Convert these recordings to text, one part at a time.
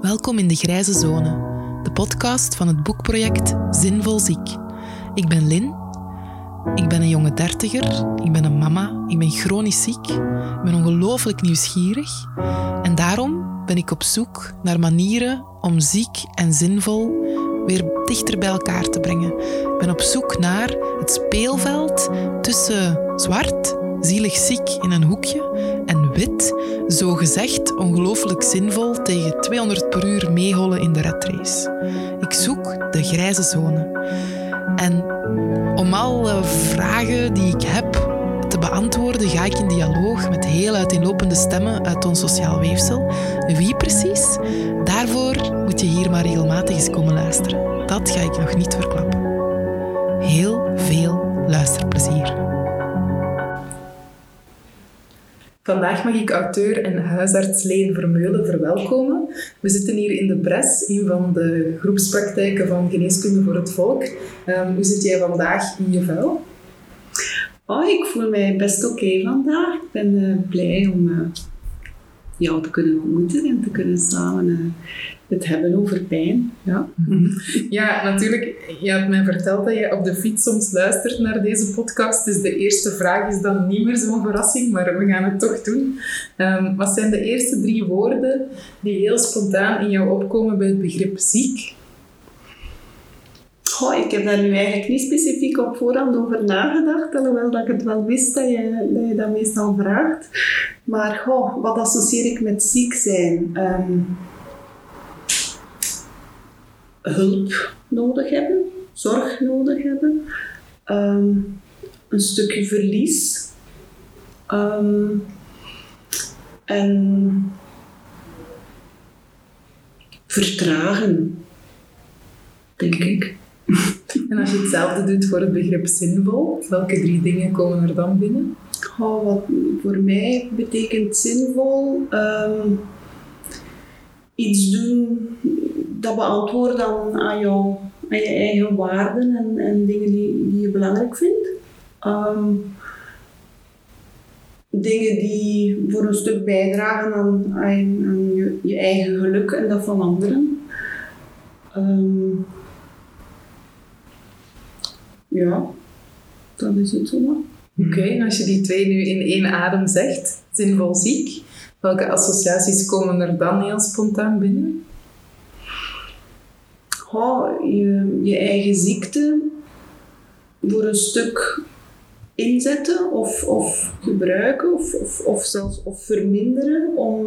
Welkom in de Grijze Zone, de podcast van het boekproject Zinvol Ziek. Ik ben Lynn, ik ben een jonge dertiger, ik ben een mama, ik ben chronisch ziek, ik ben ongelooflijk nieuwsgierig en daarom ben ik op zoek naar manieren om ziek en zinvol weer dichter bij elkaar te brengen. Ik ben op zoek naar het speelveld tussen zwart, zielig ziek in een hoekje, en wit, zogezegd ongelooflijk zinvol tegen 200 per uur meehollen in de redrace. Ik zoek de grijze zone. En om alle vragen die ik heb te beantwoorden, ga ik in dialoog met heel uiteenlopende stemmen uit ons sociaal weefsel. Wie precies? Daarvoor moet je hier maar regelmatig eens komen luisteren. Dat ga ik nog niet verklappen. Heel veel luisterplezier. Vandaag mag ik auteur en huisarts Leen Vermeulen verwelkomen. We zitten hier in de Bres, een van de groepspraktijken van Geneeskunde voor het Volk. Hoe zit jij vandaag in je vel? Ik voel mij best oké vandaag. Ik ben blij om jou te kunnen ontmoeten en te kunnen samen het hebben over pijn. Ja. Ja, natuurlijk. Je hebt mij verteld dat je op de fiets soms luistert naar deze podcast. Dus de eerste vraag is dan niet meer zo'n verrassing, maar we gaan het toch doen. Wat zijn de eerste 3 woorden die heel spontaan in jou opkomen bij het begrip ziek? Ik heb daar nu eigenlijk niet specifiek op voorhand over nagedacht, alhoewel dat ik het wel wist dat je dat meestal vraagt. Maar wat associeer ik met ziek zijn? Hulp nodig hebben, zorg nodig hebben, een stukje verlies en vertragen, denk ik. En als je hetzelfde doet voor het begrip zinvol, welke 3 dingen komen er dan binnen? Wat voor mij betekent zinvol, iets doen dat beantwoordt aan je eigen waarden en dingen die je belangrijk vindt. Dingen die voor een stuk bijdragen aan je eigen geluk en dat van anderen. Ja, dat is het zo. Oké, en als je die 2 nu in 1 adem zegt, zinvol ziek, welke associaties komen er dan heel spontaan binnen? Je eigen ziekte voor een stuk inzetten of gebruiken of zelfs verminderen om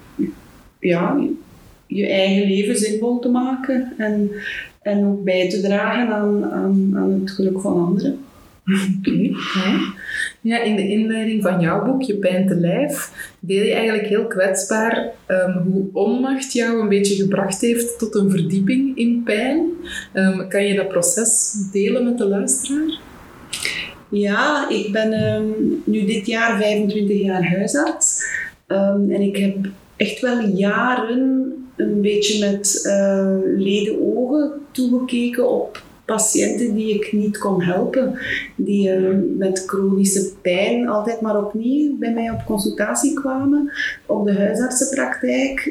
je eigen leven zinvol te maken en ook bij te dragen aan het geluk van anderen. Oké. Ja, in de inleiding van jouw boek, Je pijn te lijf, deel je eigenlijk heel kwetsbaar hoe onmacht jou een beetje gebracht heeft tot een verdieping in pijn. Kan je dat proces delen met de luisteraar? Ja, ik ben nu dit jaar 25 jaar huisarts en ik heb echt wel jaren een beetje met leden ogen toegekeken op patiënten die ik niet kon helpen, die met chronische pijn altijd maar opnieuw bij mij op consultatie kwamen, op de huisartsenpraktijk.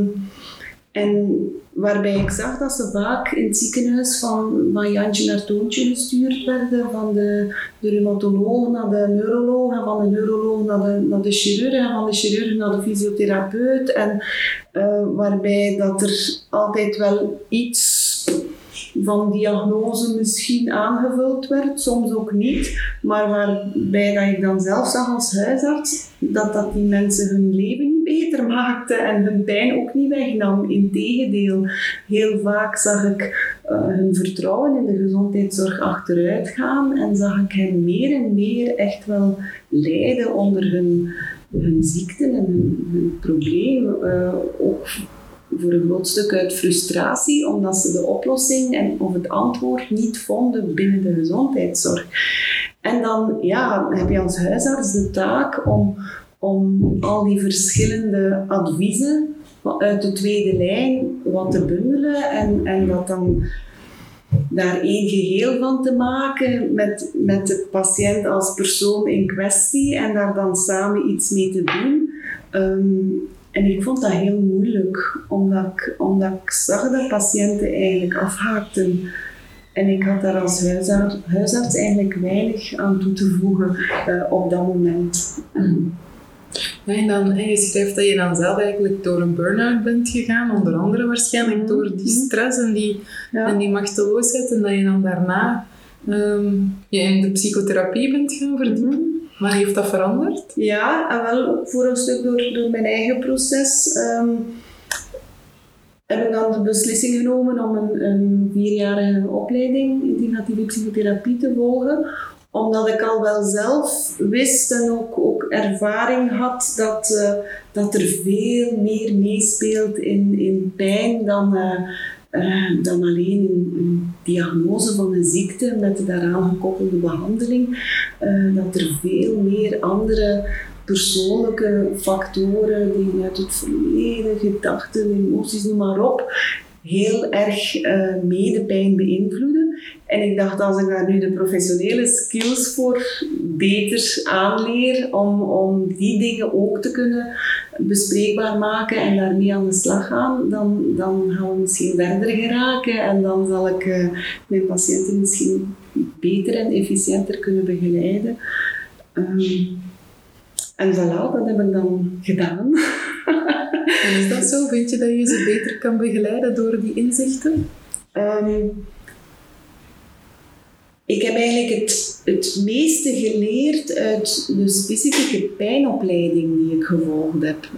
En waarbij ik zag dat ze vaak in het ziekenhuis van Jantje naar Toontje gestuurd werden, van de reumatoloog naar de neuroloog, en van de neuroloog naar de chirurg, en van de chirurg naar de fysiotherapeut. En waarbij dat er altijd wel iets van diagnose misschien aangevuld werd, soms ook niet, maar waarbij dat ik dan zelf zag als huisarts dat die mensen hun leven niet beter maakte en hun pijn ook niet wegnam. Integendeel, heel vaak zag ik hun vertrouwen in de gezondheidszorg achteruit gaan en zag ik hen meer en meer echt wel lijden onder hun ziekten en hun problemen. Ook voor een groot stuk uit frustratie, omdat ze de oplossing of het antwoord niet vonden binnen de gezondheidszorg. En dan heb je als huisarts de taak om al die verschillende adviezen uit de tweede lijn wat te bundelen en dat dan daar één geheel van te maken met de patiënt als persoon in kwestie en daar dan samen iets mee te doen. En ik vond dat heel moeilijk, omdat ik zag dat patiënten eigenlijk afhaakten. En ik had daar als huisarts eigenlijk weinig aan toe te voegen op dat moment. Ja, en je schrijft dat je dan zelf eigenlijk door een burn-out bent gegaan, onder andere waarschijnlijk door die stress en die machteloosheid, en dat je dan daarna je in de psychotherapie bent gaan verdiepen. Maar heeft dat veranderd? Ja, en wel voor een stuk door mijn eigen proces. Heb ik dan de beslissing genomen om een 4-jarige opleiding integratieve psychotherapie te volgen. Omdat ik al wel zelf wist en ook ervaring had dat er veel meer meespeelt in pijn dan alleen een diagnose van een ziekte met de daaraan gekoppelde behandeling. Dat er veel meer andere persoonlijke factoren die uit het verleden, gedachten, emoties, noem maar op, heel erg medepijn beïnvloeden. En ik dacht, als ik daar nu de professionele skills voor beter aanleer, om die dingen ook te kunnen bespreekbaar maken en daarmee aan de slag gaan, dan gaan we misschien verder geraken en dan zal ik mijn patiënten misschien beter en efficiënter kunnen begeleiden. En voilà, dat heb ik dan gedaan. En is dat zo? Vind je dat je ze beter kan begeleiden door die inzichten? Ik heb eigenlijk het meeste geleerd uit de specifieke pijnopleiding die ik gevolgd heb.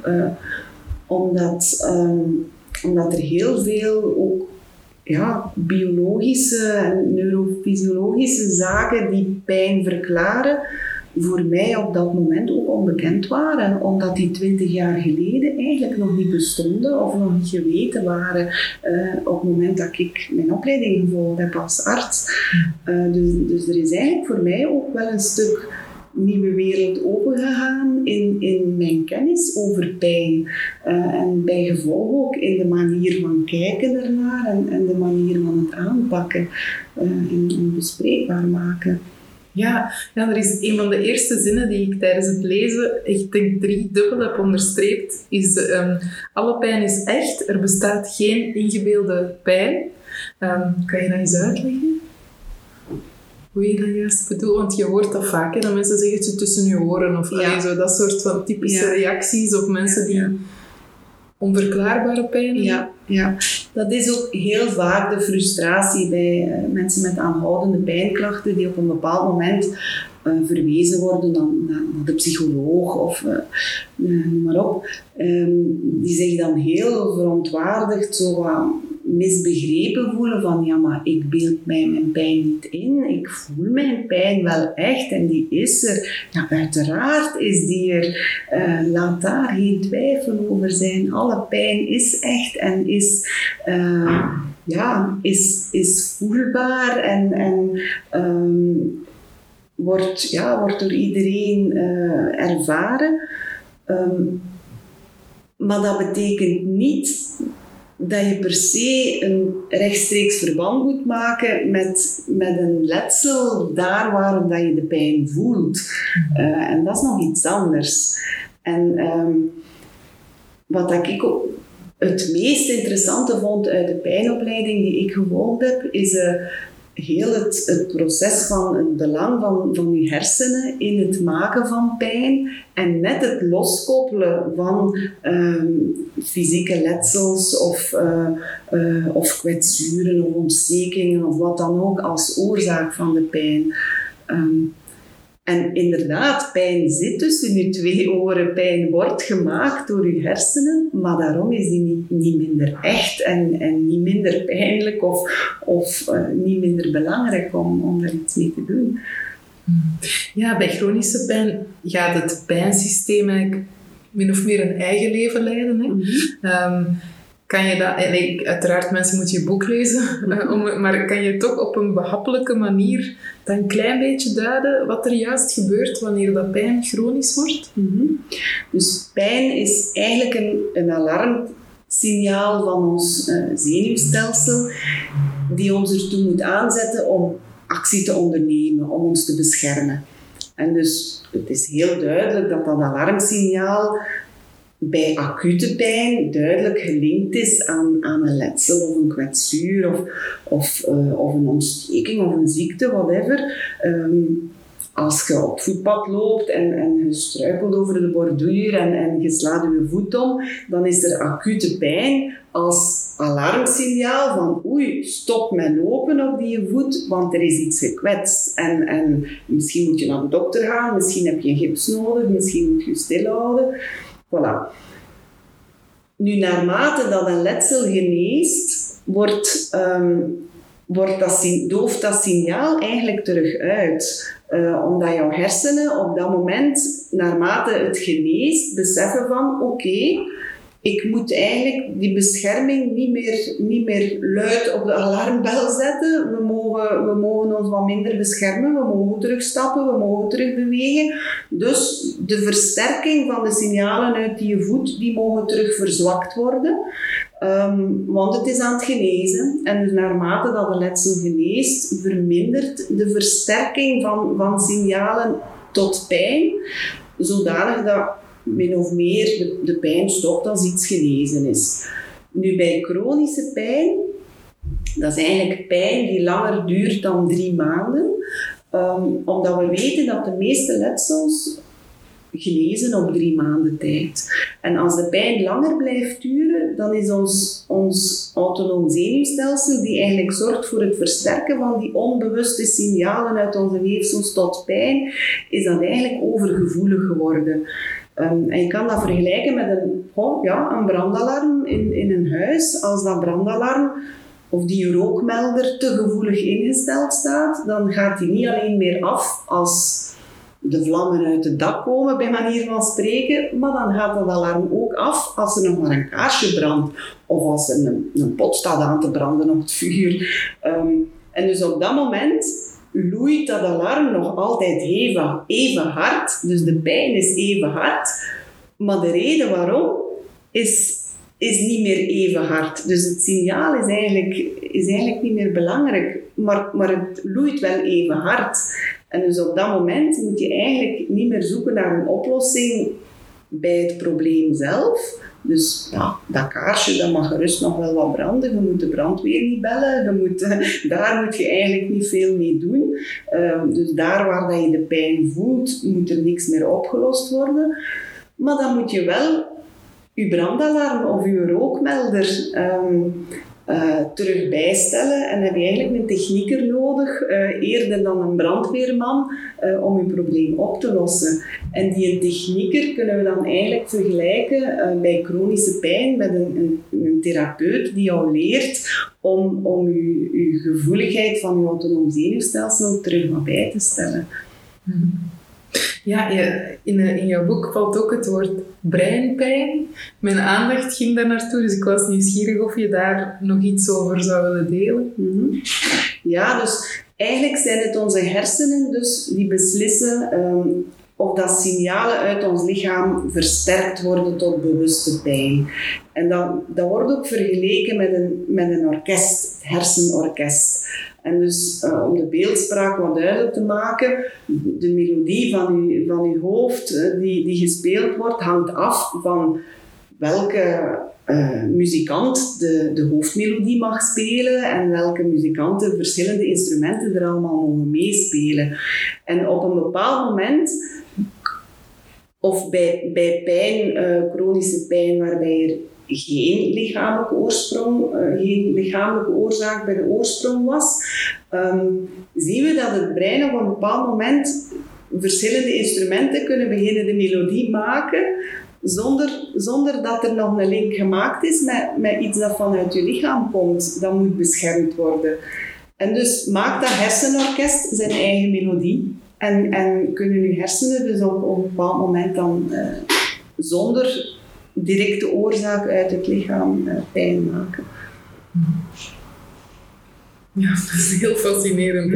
Omdat er heel veel ook biologische en neurofysiologische zaken die pijn verklaren, voor mij op dat moment ook onbekend waren, omdat die 20 jaar geleden eigenlijk nog niet bestonden of nog niet geweten waren op het moment dat ik mijn opleiding gevolgd heb als arts. Dus er is eigenlijk voor mij ook wel een stuk nieuwe wereld opengegaan in mijn kennis over pijn. En bij gevolg ook in de manier van kijken ernaar en de manier van het aanpakken en bespreekbaar maken. Ja, er is een van de eerste zinnen die ik tijdens het lezen echt denk 3 dubbel heb onderstreept, is alle pijn is echt, er bestaat geen ingebeelde pijn. Kan je dat eens uitleggen? Hoe je dat juist bedoelt? Want je hoort dat vaak, hè, dat mensen zeggen het tussen je oren of zo, dat soort van typische reacties op mensen die onverklaarbare pijn hebben. Ja, dat is ook heel vaak de frustratie bij mensen met aanhoudende pijnklachten die op een bepaald moment verwezen worden naar de psycholoog of noem maar op. Die zich dan heel verontwaardigd zo wat misbegrepen voelen van ja, maar ik beeld mij mijn pijn niet in, ik voel mijn pijn wel echt en die is er. Ja, uiteraard is die er. Laat daar geen twijfel over zijn. Alle pijn is echt en is voelbaar en wordt door iedereen ervaren. Maar dat betekent niet dat je per se een rechtstreeks verband moet maken met een letsel daar waar dat je de pijn voelt. En dat is nog iets anders. En wat ik ook het meest interessante vond uit de pijnopleiding die ik gevolgd heb, is heel het proces van het belang van je hersenen in het maken van pijn en net het loskoppelen van fysieke letsels of kwetsuren of ontstekingen of wat dan ook als oorzaak van de pijn. En inderdaad, pijn zit tussen je 2 oren. Pijn wordt gemaakt door je hersenen, maar daarom is die niet minder echt en niet minder pijnlijk of niet minder belangrijk om daar iets mee te doen. Ja, bij chronische pijn gaat het pijnsysteem eigenlijk min of meer een eigen leven leiden. Hè? Mm-hmm. Kan je dat, uiteraard mensen moeten je boek lezen, maar kan je toch op een behappelijke manier dat een klein beetje duiden wat er juist gebeurt wanneer dat pijn chronisch wordt? Mm-hmm. Dus pijn is eigenlijk een alarmsignaal van ons zenuwstelsel die ons ertoe moet aanzetten om actie te ondernemen, om ons te beschermen. En dus het is heel duidelijk dat alarmsignaal bij acute pijn duidelijk gelinkt is aan een letsel of een kwetsuur of een ontsteking of een ziekte, whatever. Als je op het voetpad loopt en je struikelt over de borduur en je slaat je voet om, dan is er acute pijn als alarmsignaal van oei, stop met lopen op die voet, want er is iets gekwetst. En misschien moet je naar de dokter gaan, misschien heb je een gips nodig, misschien moet je stilhouden. Voilà. Nu, naarmate dat een letsel geneest, dooft dat signaal eigenlijk terug uit. Omdat jouw hersenen op dat moment, naarmate het geneest, beseffen van oké, ik moet eigenlijk die bescherming niet meer luid op de alarmbel zetten. We mogen ons wat minder beschermen, we mogen terugstappen, we mogen terugbewegen. Dus de versterking van de signalen uit die voet, die mogen terug verzwakt worden. Want het is aan het genezen. En dus naarmate dat de letsel geneest, vermindert de versterking van signalen tot pijn, zodanig dat min of meer de pijn stopt als iets genezen is. Nu, bij chronische pijn, dat is eigenlijk pijn die langer duurt dan 3 maanden, omdat we weten dat de meeste letsels genezen op 3 maanden tijd. En als de pijn langer blijft duren, dan is ons autonoom zenuwstelsel, die eigenlijk zorgt voor het versterken van die onbewuste signalen uit onze weefsels tot pijn, is dat eigenlijk overgevoelig geworden. En je kan dat vergelijken met een brandalarm in een huis. Als dat brandalarm of die rookmelder te gevoelig ingesteld staat, dan gaat die niet alleen meer af als de vlammen uit het dak komen, bij manier van spreken, maar dan gaat dat alarm ook af als er nog maar een kaarsje brandt of als er een pot staat aan te branden op het vuur. En dus op dat moment loeit dat alarm nog altijd even hard, dus de pijn is even hard, maar de reden waarom is niet meer even hard. Dus het signaal is eigenlijk niet meer belangrijk, maar het loeit wel even hard. En dus op dat moment moet je eigenlijk niet meer zoeken naar een oplossing bij het probleem zelf. Dus ja, dat kaarsje, dat mag gerust nog wel wat branden. Je moet de brandweer niet bellen. Daar moet je eigenlijk niet veel mee doen. Dus daar waar dat je de pijn voelt, moet er niks meer opgelost worden. Maar dan moet je wel je brandalarm of je rookmelder terug bijstellen. En heb je eigenlijk een technieker nodig, eerder dan een brandweerman, om je probleem op te lossen. En die technieker kunnen we dan eigenlijk vergelijken bij chronische pijn met een therapeut die jou leert om je gevoeligheid van je autonoom zenuwstelsel terug wat bij te stellen. Ja, in jouw boek valt ook het woord breinpijn. Mijn aandacht ging daar naartoe, dus ik was nieuwsgierig of je daar nog iets over zou willen delen. Mm-hmm. Ja, dus eigenlijk zijn het onze hersenen dus die beslissen of dat signalen uit ons lichaam versterkt worden tot bewuste pijn. En dat wordt ook vergeleken met een orkest, het hersenorkest. En dus om de beeldspraak wat duidelijk te maken, de melodie van uw hoofd die gespeeld wordt, hangt af van welke muzikant de hoofdmelodie mag spelen en welke muzikant de verschillende instrumenten er allemaal mogen meespelen. En op een bepaald moment, of bij pijn, chronische pijn, waarbij er geen lichamelijke oorzaak bij de oorsprong was, zien we dat het brein op een bepaald moment verschillende instrumenten kunnen beginnen de melodie maken, zonder dat er nog een link gemaakt is met iets dat vanuit je lichaam komt, dat moet beschermd worden. En dus maakt dat hersenorkest zijn eigen melodie en kunnen je hersenen dus op een bepaald moment dan zonder directe oorzaak uit het lichaam pijn maken. Ja, dat is heel fascinerend.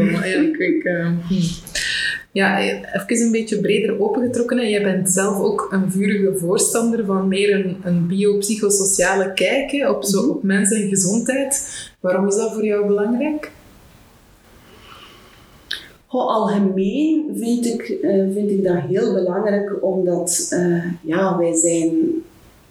Even een beetje breder opengetrokken. Jij bent zelf ook een vurige voorstander van meer een biopsychosociale kijk op mens en gezondheid. Waarom is dat voor jou belangrijk? Algemeen vind ik dat heel belangrijk, omdat wij zijn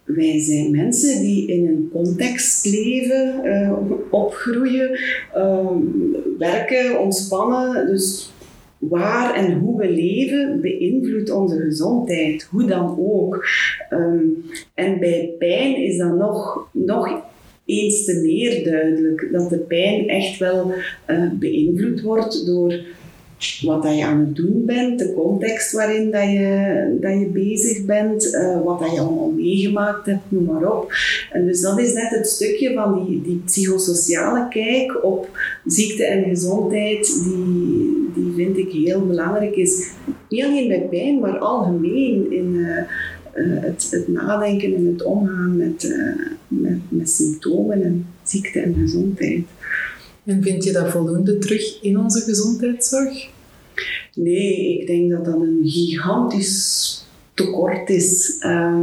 wij zijn mensen die in een context leven, opgroeien, werken, ontspannen. Dus waar en hoe we leven beïnvloedt onze gezondheid, hoe dan ook. En bij pijn is dat nog eens te meer duidelijk, dat de pijn echt wel beïnvloed wordt door wat dat je aan het doen bent, de context waarin dat je bezig bent, wat dat je allemaal meegemaakt hebt, noem maar op. En dus dat is net het stukje van die psychosociale kijk op ziekte en gezondheid, die vind ik heel belangrijk is. Niet alleen bij pijn, maar algemeen in het nadenken en het omgaan met symptomen en ziekte en gezondheid. En vind je dat voldoende terug in onze gezondheidszorg? Nee, ik denk dat dat een gigantisch tekort is.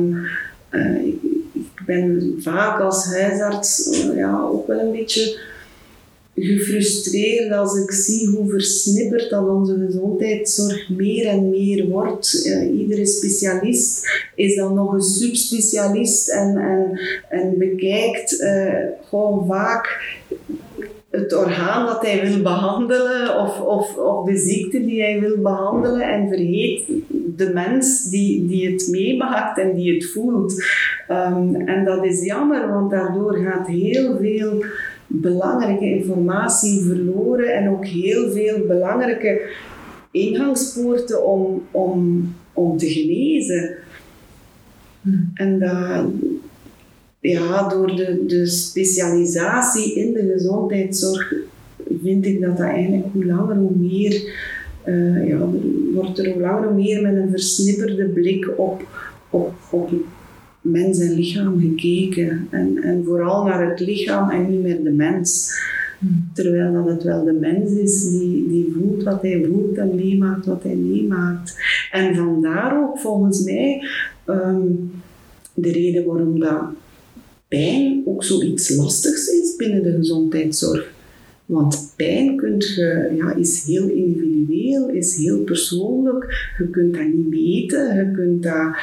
Ik ben vaak als huisarts ook wel een beetje gefrustreerd als ik zie hoe versnipperd dat onze gezondheidszorg meer en meer wordt. Iedere specialist is dan nog een subspecialist en bekijkt gewoon vaak het orgaan dat hij wil behandelen of de ziekte die hij wil behandelen en vergeet de mens die het meemaakt en die het voelt. En dat is jammer, want daardoor gaat heel veel belangrijke informatie verloren en ook heel veel belangrijke ingangspoorten om te genezen. En dat... Ja, door de specialisatie in de gezondheidszorg vind ik dat eigenlijk hoe langer hoe meer, wordt er hoe langer hoe meer met een versnipperde blik op mens en lichaam gekeken. En vooral naar het lichaam en niet meer de mens. Terwijl dat het wel de mens is die voelt wat hij voelt en meemaakt wat hij meemaakt. En vandaar ook volgens mij de reden waarom dat pijn ook zoiets lastigs is binnen de gezondheidszorg. Want pijn is heel individueel, is heel persoonlijk. Je kunt dat niet meten, je kunt dat,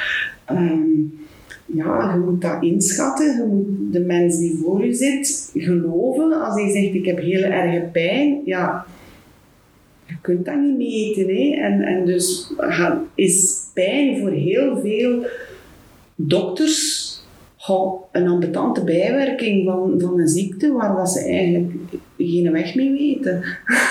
je moet dat inschatten. Je moet de mens die voor je zit geloven. Als hij zegt ik heb heel erge pijn, ja, je kunt dat niet meten. Hè? En dus is pijn voor heel veel dokters een ambetante bijwerking van een ziekte waar ze eigenlijk geen weg mee weten.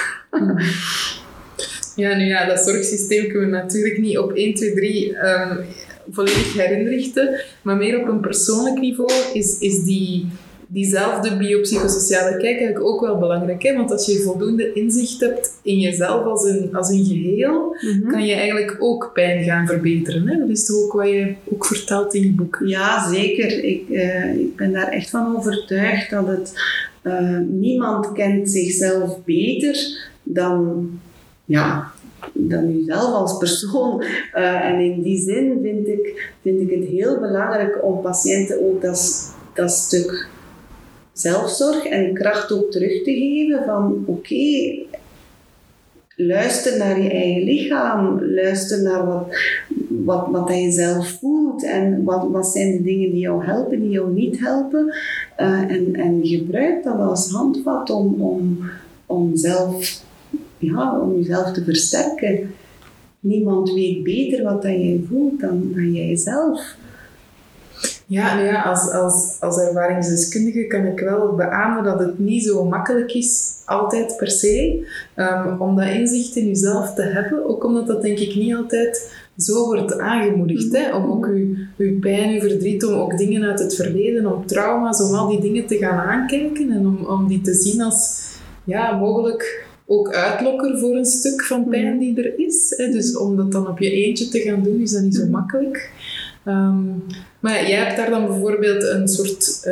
Ja, dat zorgsysteem kunnen we natuurlijk niet op 1, 2, 3 volledig herinrichten, maar meer op een persoonlijk niveau is diezelfde biopsychosociale kijk eigenlijk ook wel belangrijk. Hè? Want als je voldoende inzicht hebt in jezelf als een geheel, kan je eigenlijk ook pijn gaan verbeteren. Hè? Dat is toch ook wat je ook vertelt in je boek? Ja, zeker. Ik ben daar echt van overtuigd dat het niemand kent zichzelf beter dan jezelf als persoon. En in die zin vind ik het heel belangrijk om patiënten ook dat stuk zelfzorg en kracht ook terug te geven van oké, luister naar je eigen lichaam, luister naar wat je zelf voelt en wat zijn de dingen die jou helpen, die jou niet helpen en gebruik dat als handvat om jezelf te versterken. Niemand weet beter wat dat jij voelt dan jijzelf. Ja, als ervaringsdeskundige kan ik wel beamen dat het niet zo makkelijk is, altijd per se, om dat inzicht in jezelf te hebben. Ook omdat dat denk ik niet altijd zo wordt aangemoedigd. Hè? Om ook uw pijn, uw verdriet, om ook dingen uit het verleden, om trauma's, om al die dingen te gaan aankijken en om die te zien als mogelijk ook uitlokker voor een stuk van pijn die er is. Hè? Dus om dat dan op je eentje te gaan doen, is dat niet zo makkelijk. Maar jij hebt daar dan bijvoorbeeld een soort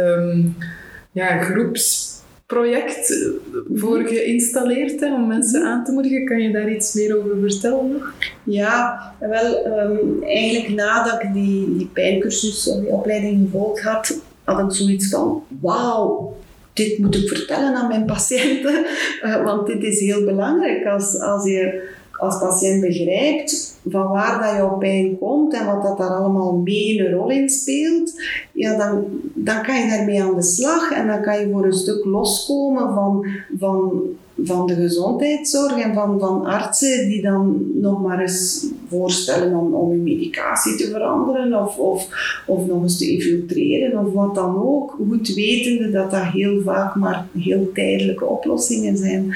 groepsproject voor geïnstalleerd om mensen aan te moedigen. Kan je daar iets meer over vertellen nog? Ja, wel, eigenlijk nadat ik die pijncursus of die opleiding gevolgd had ik zoiets van, wauw, dit moet ik vertellen aan mijn patiënten, want dit is heel belangrijk. Als je als patiënt begrijpt van waar dat jouw pijn komt en wat dat daar allemaal mee een rol in speelt, ja, dan kan je daarmee aan de slag en dan kan je voor een stuk loskomen van de gezondheidszorg en van artsen die dan nog maar eens voorstellen om je medicatie te veranderen of nog eens te infiltreren of wat dan ook, goed wetende dat dat heel vaak maar heel tijdelijke oplossingen zijn.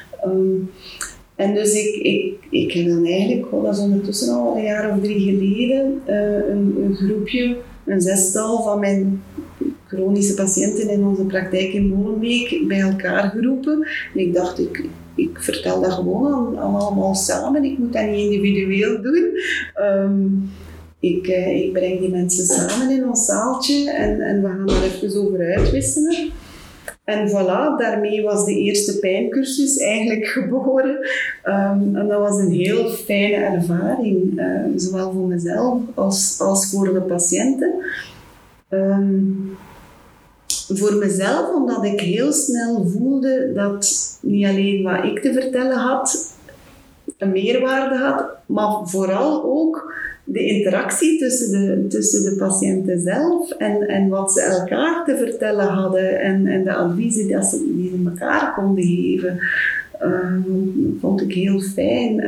En dus ik heb dan eigenlijk, dat is ondertussen al een jaar of 3 geleden, een groepje, een 6-tal van mijn chronische patiënten in onze praktijk in Molenbeek bij elkaar geroepen. En ik dacht, ik vertel dat gewoon allemaal samen, ik moet dat niet individueel doen. Ik breng die mensen samen in ons zaaltje en we gaan daar even over uitwisselen. En voilà, daarmee was de eerste pijncursus eigenlijk geboren. En dat was een heel fijne ervaring, zowel voor mezelf als voor de patiënten. Voor mezelf, omdat ik heel snel voelde dat niet alleen wat ik te vertellen had, een meerwaarde had, maar vooral ook de interactie tussen de patiënten zelf en wat ze elkaar te vertellen hadden en de adviezen die ze elkaar konden geven, vond ik heel fijn.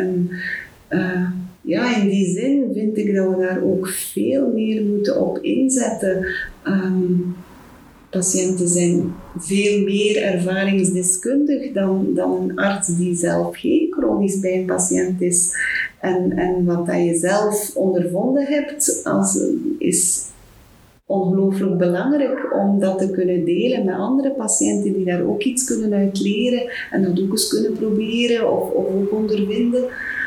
Ja, in die zin vind ik dat we daar ook veel meer moeten op inzetten. Patiënten zijn veel meer ervaringsdeskundig dan een arts die zelf geen chronisch pijnpatiënt is. En wat dat je zelf ondervonden hebt, is ongelooflijk belangrijk om dat te kunnen delen met andere patiënten die daar ook iets kunnen uit leren en dat ook eens kunnen proberen of ook ondervinden.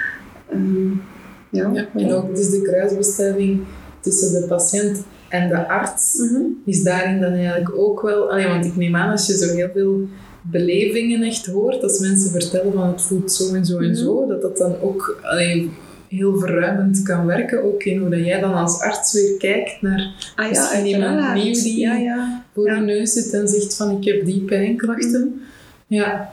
Ja, en ook dus de kruisbestuiving tussen de patiënt en de arts is daarin dan eigenlijk ook wel... want ik neem aan, als je zo heel veel belevingen echt hoort, als mensen vertellen van het voelt zo en zo en zo, dat dan ook heel verruimend kan werken, ook in hoe dat jij dan als arts weer kijkt naar misschien iemand nieuw die voor je neus zit en zegt van ik heb die pijnklachten. Ja.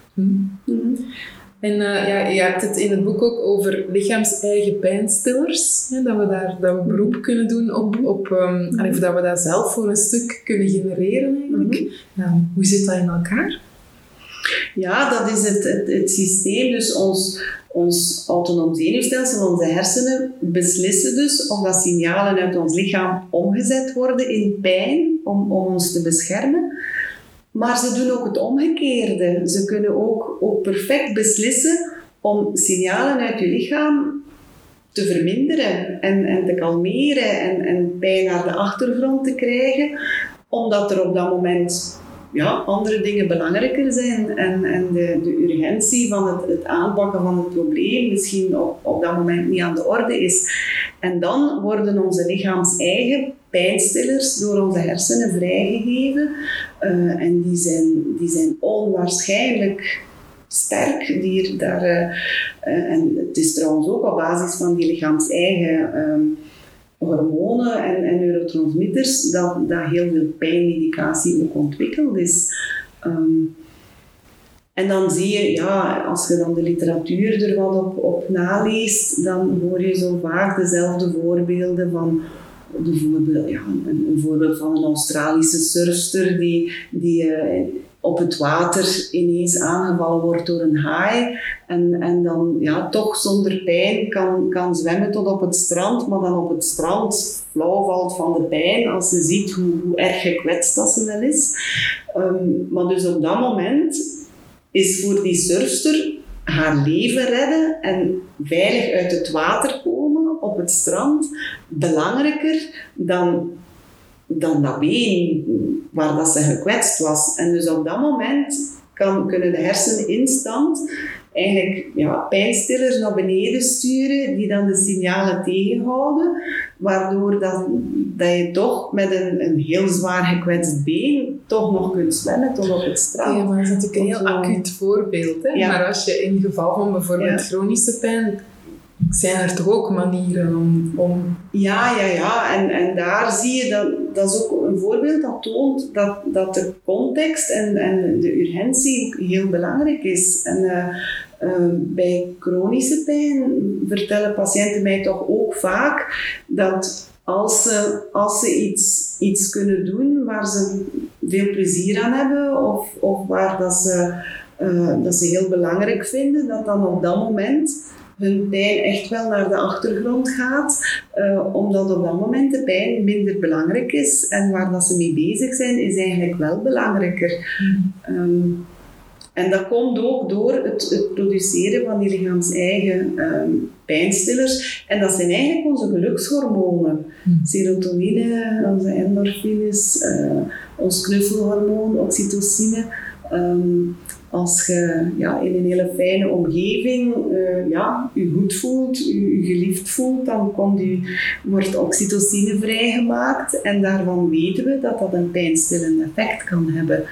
En je hebt het in het boek ook over lichaams-eigen pijnstillers. Hè, dat we beroep kunnen doen op of dat we dat zelf voor een stuk kunnen genereren eigenlijk. Ja, hoe zit dat in elkaar? Ja, dat is het systeem. Dus ons autonoom zenuwstelsel, onze hersenen, beslissen dus of dat signalen uit ons lichaam omgezet worden in pijn om ons te beschermen. Maar ze doen ook het omgekeerde. Ze kunnen ook perfect beslissen om signalen uit je lichaam te verminderen en te kalmeren en pijn naar de achtergrond te krijgen, omdat er op dat moment andere dingen belangrijker zijn en de urgentie van het aanpakken van het probleem misschien op dat moment niet aan de orde is. En dan worden onze lichaams-eigen pijnstillers door onze hersenen vrijgegeven. En die zijn onwaarschijnlijk sterk. En het is trouwens ook op basis van die lichaams-eigen hormonen en neurotransmitters dat heel veel pijnmedicatie ook ontwikkeld is. En dan zie je, als je dan de literatuur er wat op naleest, dan hoor je zo vaak dezelfde voorbeelden van een voorbeeld van een Australische surfster die op het water ineens aangevallen wordt door een haai en dan toch zonder pijn kan zwemmen tot op het strand, maar dan op het strand flauw valt van de pijn als ze ziet hoe erg gekwetst dat ze wel is. Maar dus op dat moment is voor die surfster haar leven redden en veilig uit het water komen op het strand belangrijker dan dat been waar dat ze gekwetst was. En dus op dat moment kunnen de hersenen instant eigenlijk pijnstillers naar beneden sturen die dan de signalen tegenhouden, waardoor dat je toch met een heel zwaar gekwetst been toch nog kunt zwemmen tot op het strand. Ja, maar dat is natuurlijk een heel acuut voorbeeld. Hè? Ja. Maar als je in het geval van bijvoorbeeld chronische pijn, zijn er toch ook manieren om... Ja. En daar zie je, dat is ook een voorbeeld dat toont dat de context en de urgentie ook heel belangrijk is. En Bij chronische pijn vertellen patiënten mij toch ook vaak dat als ze iets kunnen doen waar ze veel plezier aan hebben of waar dat ze heel belangrijk vinden, dat dan op dat moment hun pijn echt wel naar de achtergrond gaat, omdat op dat moment de pijn minder belangrijk is en waar dat ze mee bezig zijn is eigenlijk wel belangrijker. En dat komt ook door het produceren van die lichaams-eigen pijnstillers. En dat zijn eigenlijk onze gelukshormonen. Serotonine, onze endorfines, ons knuffelhormoon, oxytocine. Als je in een hele fijne omgeving je goed voelt, je geliefd voelt, dan wordt oxytocine vrijgemaakt. En daarvan weten we dat dat een pijnstillend effect kan hebben.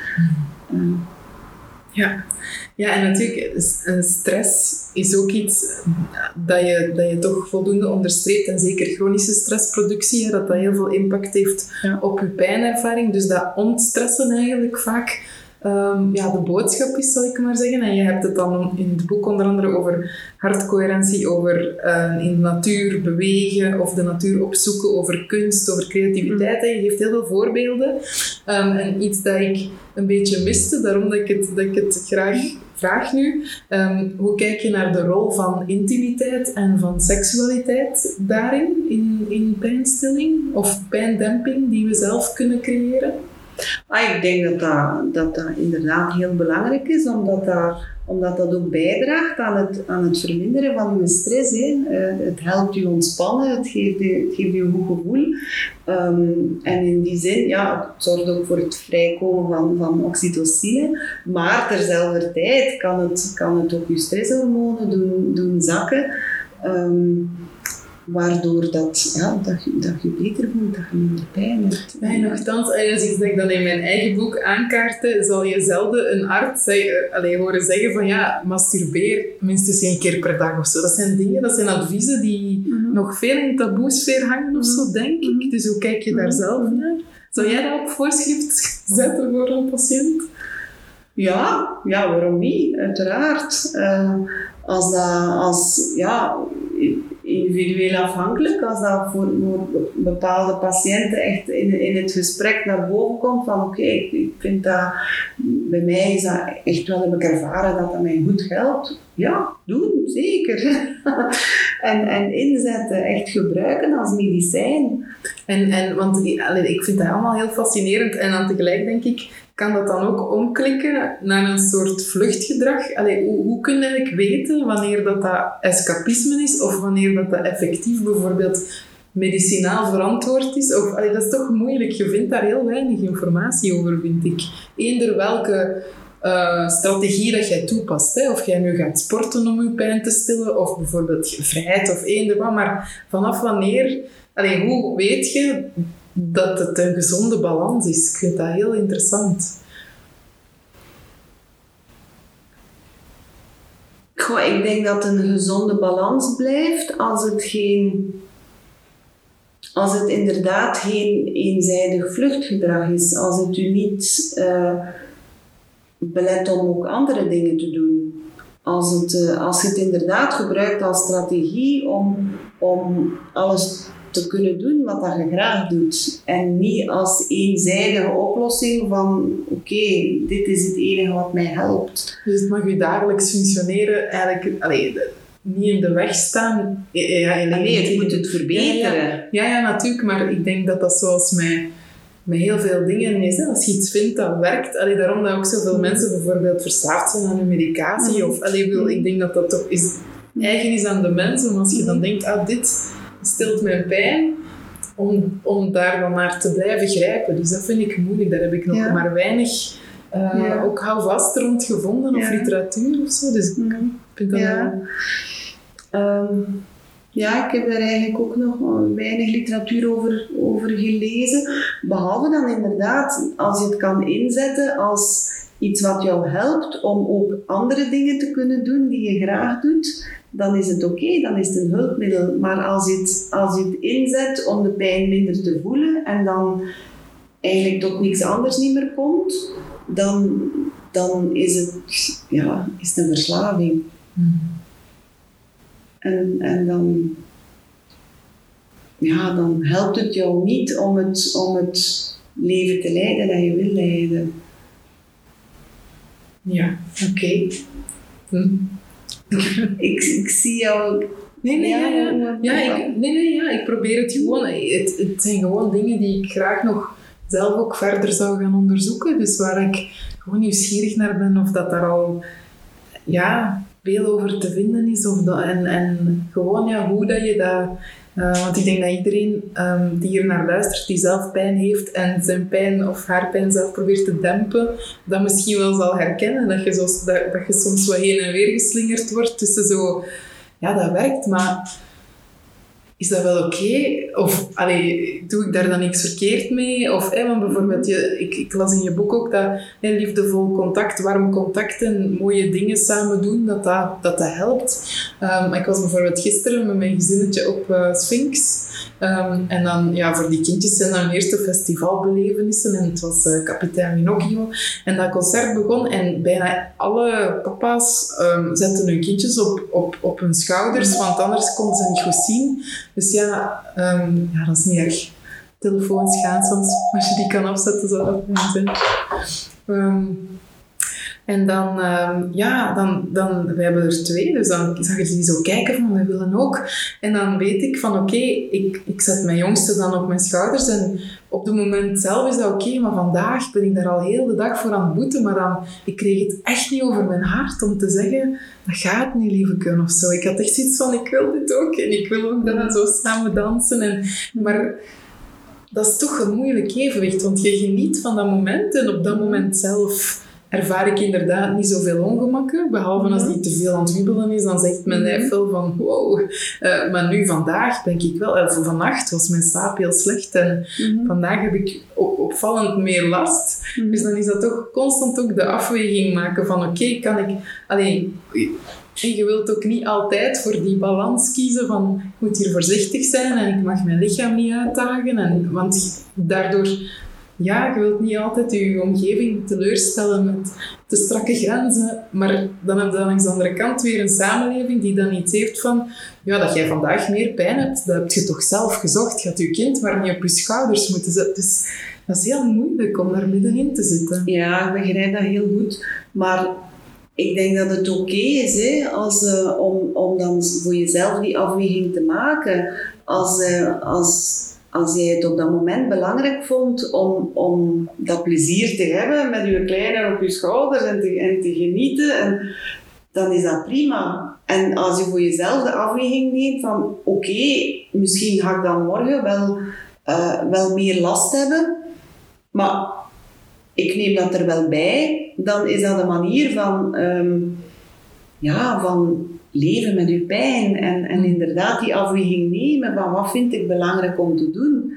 Ja, en natuurlijk, stress is ook iets dat je toch voldoende onderstreept. En zeker chronische stressproductie, dat heel veel impact heeft op je pijnervaring. Dus dat ontstressen eigenlijk vaak de boodschap is, zal ik maar zeggen. En je hebt het dan in het boek onder andere over hartcoherentie, over in de natuur bewegen of de natuur opzoeken, over kunst, over creativiteit. En je geeft heel veel voorbeelden. En iets dat ik een beetje miste, daarom dat ik het graag vraag nu. Hoe kijk je naar de rol van intimiteit en van seksualiteit daarin, in pijnstilling of pijndemping die we zelf kunnen creëren? Ik denk dat inderdaad heel belangrijk is, omdat dat ook bijdraagt aan het verminderen van je stress. Het helpt je ontspannen, het geeft je een goed gevoel. En in die zin, het zorgt ook voor het vrijkomen van oxytocine. Maar terzelfde tijd kan het ook je stresshormonen doen zakken. Waardoor dat je beter voelt, dat je minder pijn hebt. Ja, nochtans, dat is iets dat ik dan in mijn eigen boek aankaarte, zal je zelden een arts horen zeggen van masturbeer minstens 1 keer per dag of zo. Dat zijn dingen, dat zijn adviezen die nog veel in de taboesfeer hangen of zo, denk ik. Dus hoe kijk je daar zelf naar? Zou jij dat op voorschrift zetten voor een patiënt? Ja, waarom niet? Uiteraard. Individueel afhankelijk, als dat voor bepaalde patiënten echt in het gesprek naar boven komt van oké, ik vind dat, bij mij is dat echt wel, heb ik ervaren dat mij goed helpt. Ja, doen, zeker. en inzetten, echt gebruiken als medicijn. Want ik vind dat allemaal heel fascinerend en dan tegelijk denk ik, kan dat dan ook omklikken naar een soort vluchtgedrag? Hoe kun je eigenlijk weten wanneer dat escapisme is of wanneer dat effectief bijvoorbeeld medicinaal verantwoord is? Dat is toch moeilijk. Je vindt daar heel weinig informatie over, vind ik. Eender welke strategie dat jij toepast. Of jij nu gaat sporten om je pijn te stillen of bijvoorbeeld vrijheid of eender wat. Maar vanaf wanneer... hoe weet je dat het een gezonde balans is? Ik vind dat heel interessant. Ik denk dat een gezonde balans blijft als het inderdaad geen eenzijdig vluchtgedrag is. Als het u niet belet om ook andere dingen te doen. Als je het inderdaad gebruikt als strategie om alles te kunnen doen wat dat je graag doet. En niet als eenzijdige oplossing van oké, dit is het enige wat mij helpt. Dus het mag je dagelijks functioneren eigenlijk niet in de weg staan. Het moet het verbeteren. Ja, natuurlijk, maar ik denk dat zoals met heel veel dingen is. Als je iets vindt dat werkt, daarom dat ook zoveel mensen bijvoorbeeld verslaafd zijn aan hun medicatie. Ik denk dat dat toch eigen is aan de mens. En als je dan denkt, dit stilt mijn pijn, om daar dan naar te blijven grijpen. Dus dat vind ik moeilijk. Daar heb ik nog maar weinig ook houvast rond gevonden of literatuur of zo. Dus ik vind dat ik heb daar eigenlijk ook nog weinig literatuur over gelezen. Behalve dan inderdaad, als je het kan inzetten als iets wat jou helpt om ook andere dingen te kunnen doen die je graag doet, dan is het oké, dan is het een hulpmiddel. Maar als je het inzet om de pijn minder te voelen en dan eigenlijk tot niks anders niet meer komt, dan is het een verslaving. En dan helpt het jou niet om het leven te leiden dat je wil leiden. Ja, oké. Ik zie jou... Ik probeer het gewoon. Het zijn gewoon dingen die ik graag nog zelf ook verder zou gaan onderzoeken. Dus waar ik gewoon nieuwsgierig naar ben of dat daar al veel over te vinden is. En gewoon hoe dat je dat... want ik denk dat iedereen die hier naar luistert, die zelf pijn heeft en zijn pijn of haar pijn zelf probeert te dempen, dat misschien wel zal herkennen. Dat je soms wat heen en weer geslingerd wordt tussen zo... Ja, dat werkt, maar is dat wel oké? Of doe ik daar dan niks verkeerd mee? Of want bijvoorbeeld, ik las in je boek ook dat liefdevol contact, warm contact en mooie dingen samen doen, dat helpt. Ik was bijvoorbeeld gisteren met mijn gezinnetje op Sphinx. En dan, voor die kindjes zijn dan eerste festivalbelevenissen en het was Kapitein Minocchio. En dat concert begon en bijna alle papa's zetten hun kindjes op hun schouders, want anders konden ze niet goed zien. Dus dat is niet erg. Telefoons gaan soms, als je die kan afzetten, zou dat fijn zijn. En dan, we hebben er 2, dus dan zag je die zo kijken van, we willen ook. En dan weet ik van, oké, ik zet mijn jongste dan op mijn schouders en op het moment zelf is dat oké, maar vandaag ben ik daar al heel de dag voor aan het boeten, maar dan, ik kreeg het echt niet over mijn hart om te zeggen, dat gaat niet, lieveke, of zo. Ik had echt zoiets van, ik wil dit ook en ik wil ook dat we zo samen dansen. Maar dat is toch een moeilijk evenwicht, want je geniet van dat moment en op dat moment zelf ervaar ik inderdaad niet zoveel ongemakken, behalve als die te veel aan het wiebelen is, dan zegt mijn lijf wel van wow. Maar nu vandaag denk ik wel, vannacht was mijn slaap heel slecht en vandaag heb ik opvallend meer last. Dus dan is dat toch constant ook de afweging maken van oké, kan ik... En je wilt ook niet altijd voor die balans kiezen van ik moet hier voorzichtig zijn en ik mag mijn lichaam niet uitdagen. Want daardoor... Ja, je wilt niet altijd je omgeving teleurstellen met te strakke grenzen, maar dan heb je langs de andere kant weer een samenleving die dan iets heeft van dat jij vandaag meer pijn hebt, dat heb je toch zelf gezocht. Je had je kind maar niet op je schouders moeten zetten. Dus dat is heel moeilijk om daar middenin te zitten. Ja, ik begrijp dat heel goed, maar ik denk dat het oké is om dan voor jezelf die afweging te maken. Als jij het op dat moment belangrijk vond om dat plezier te hebben met je kleine op je schouders en te genieten, dan is dat prima. En als je voor jezelf de afweging neemt van oké, misschien ga ik dan morgen wel meer last hebben, maar ik neem dat er wel bij, dan is dat een manier van leven met je pijn en inderdaad die afweging nemen van wat vind ik belangrijk om te doen.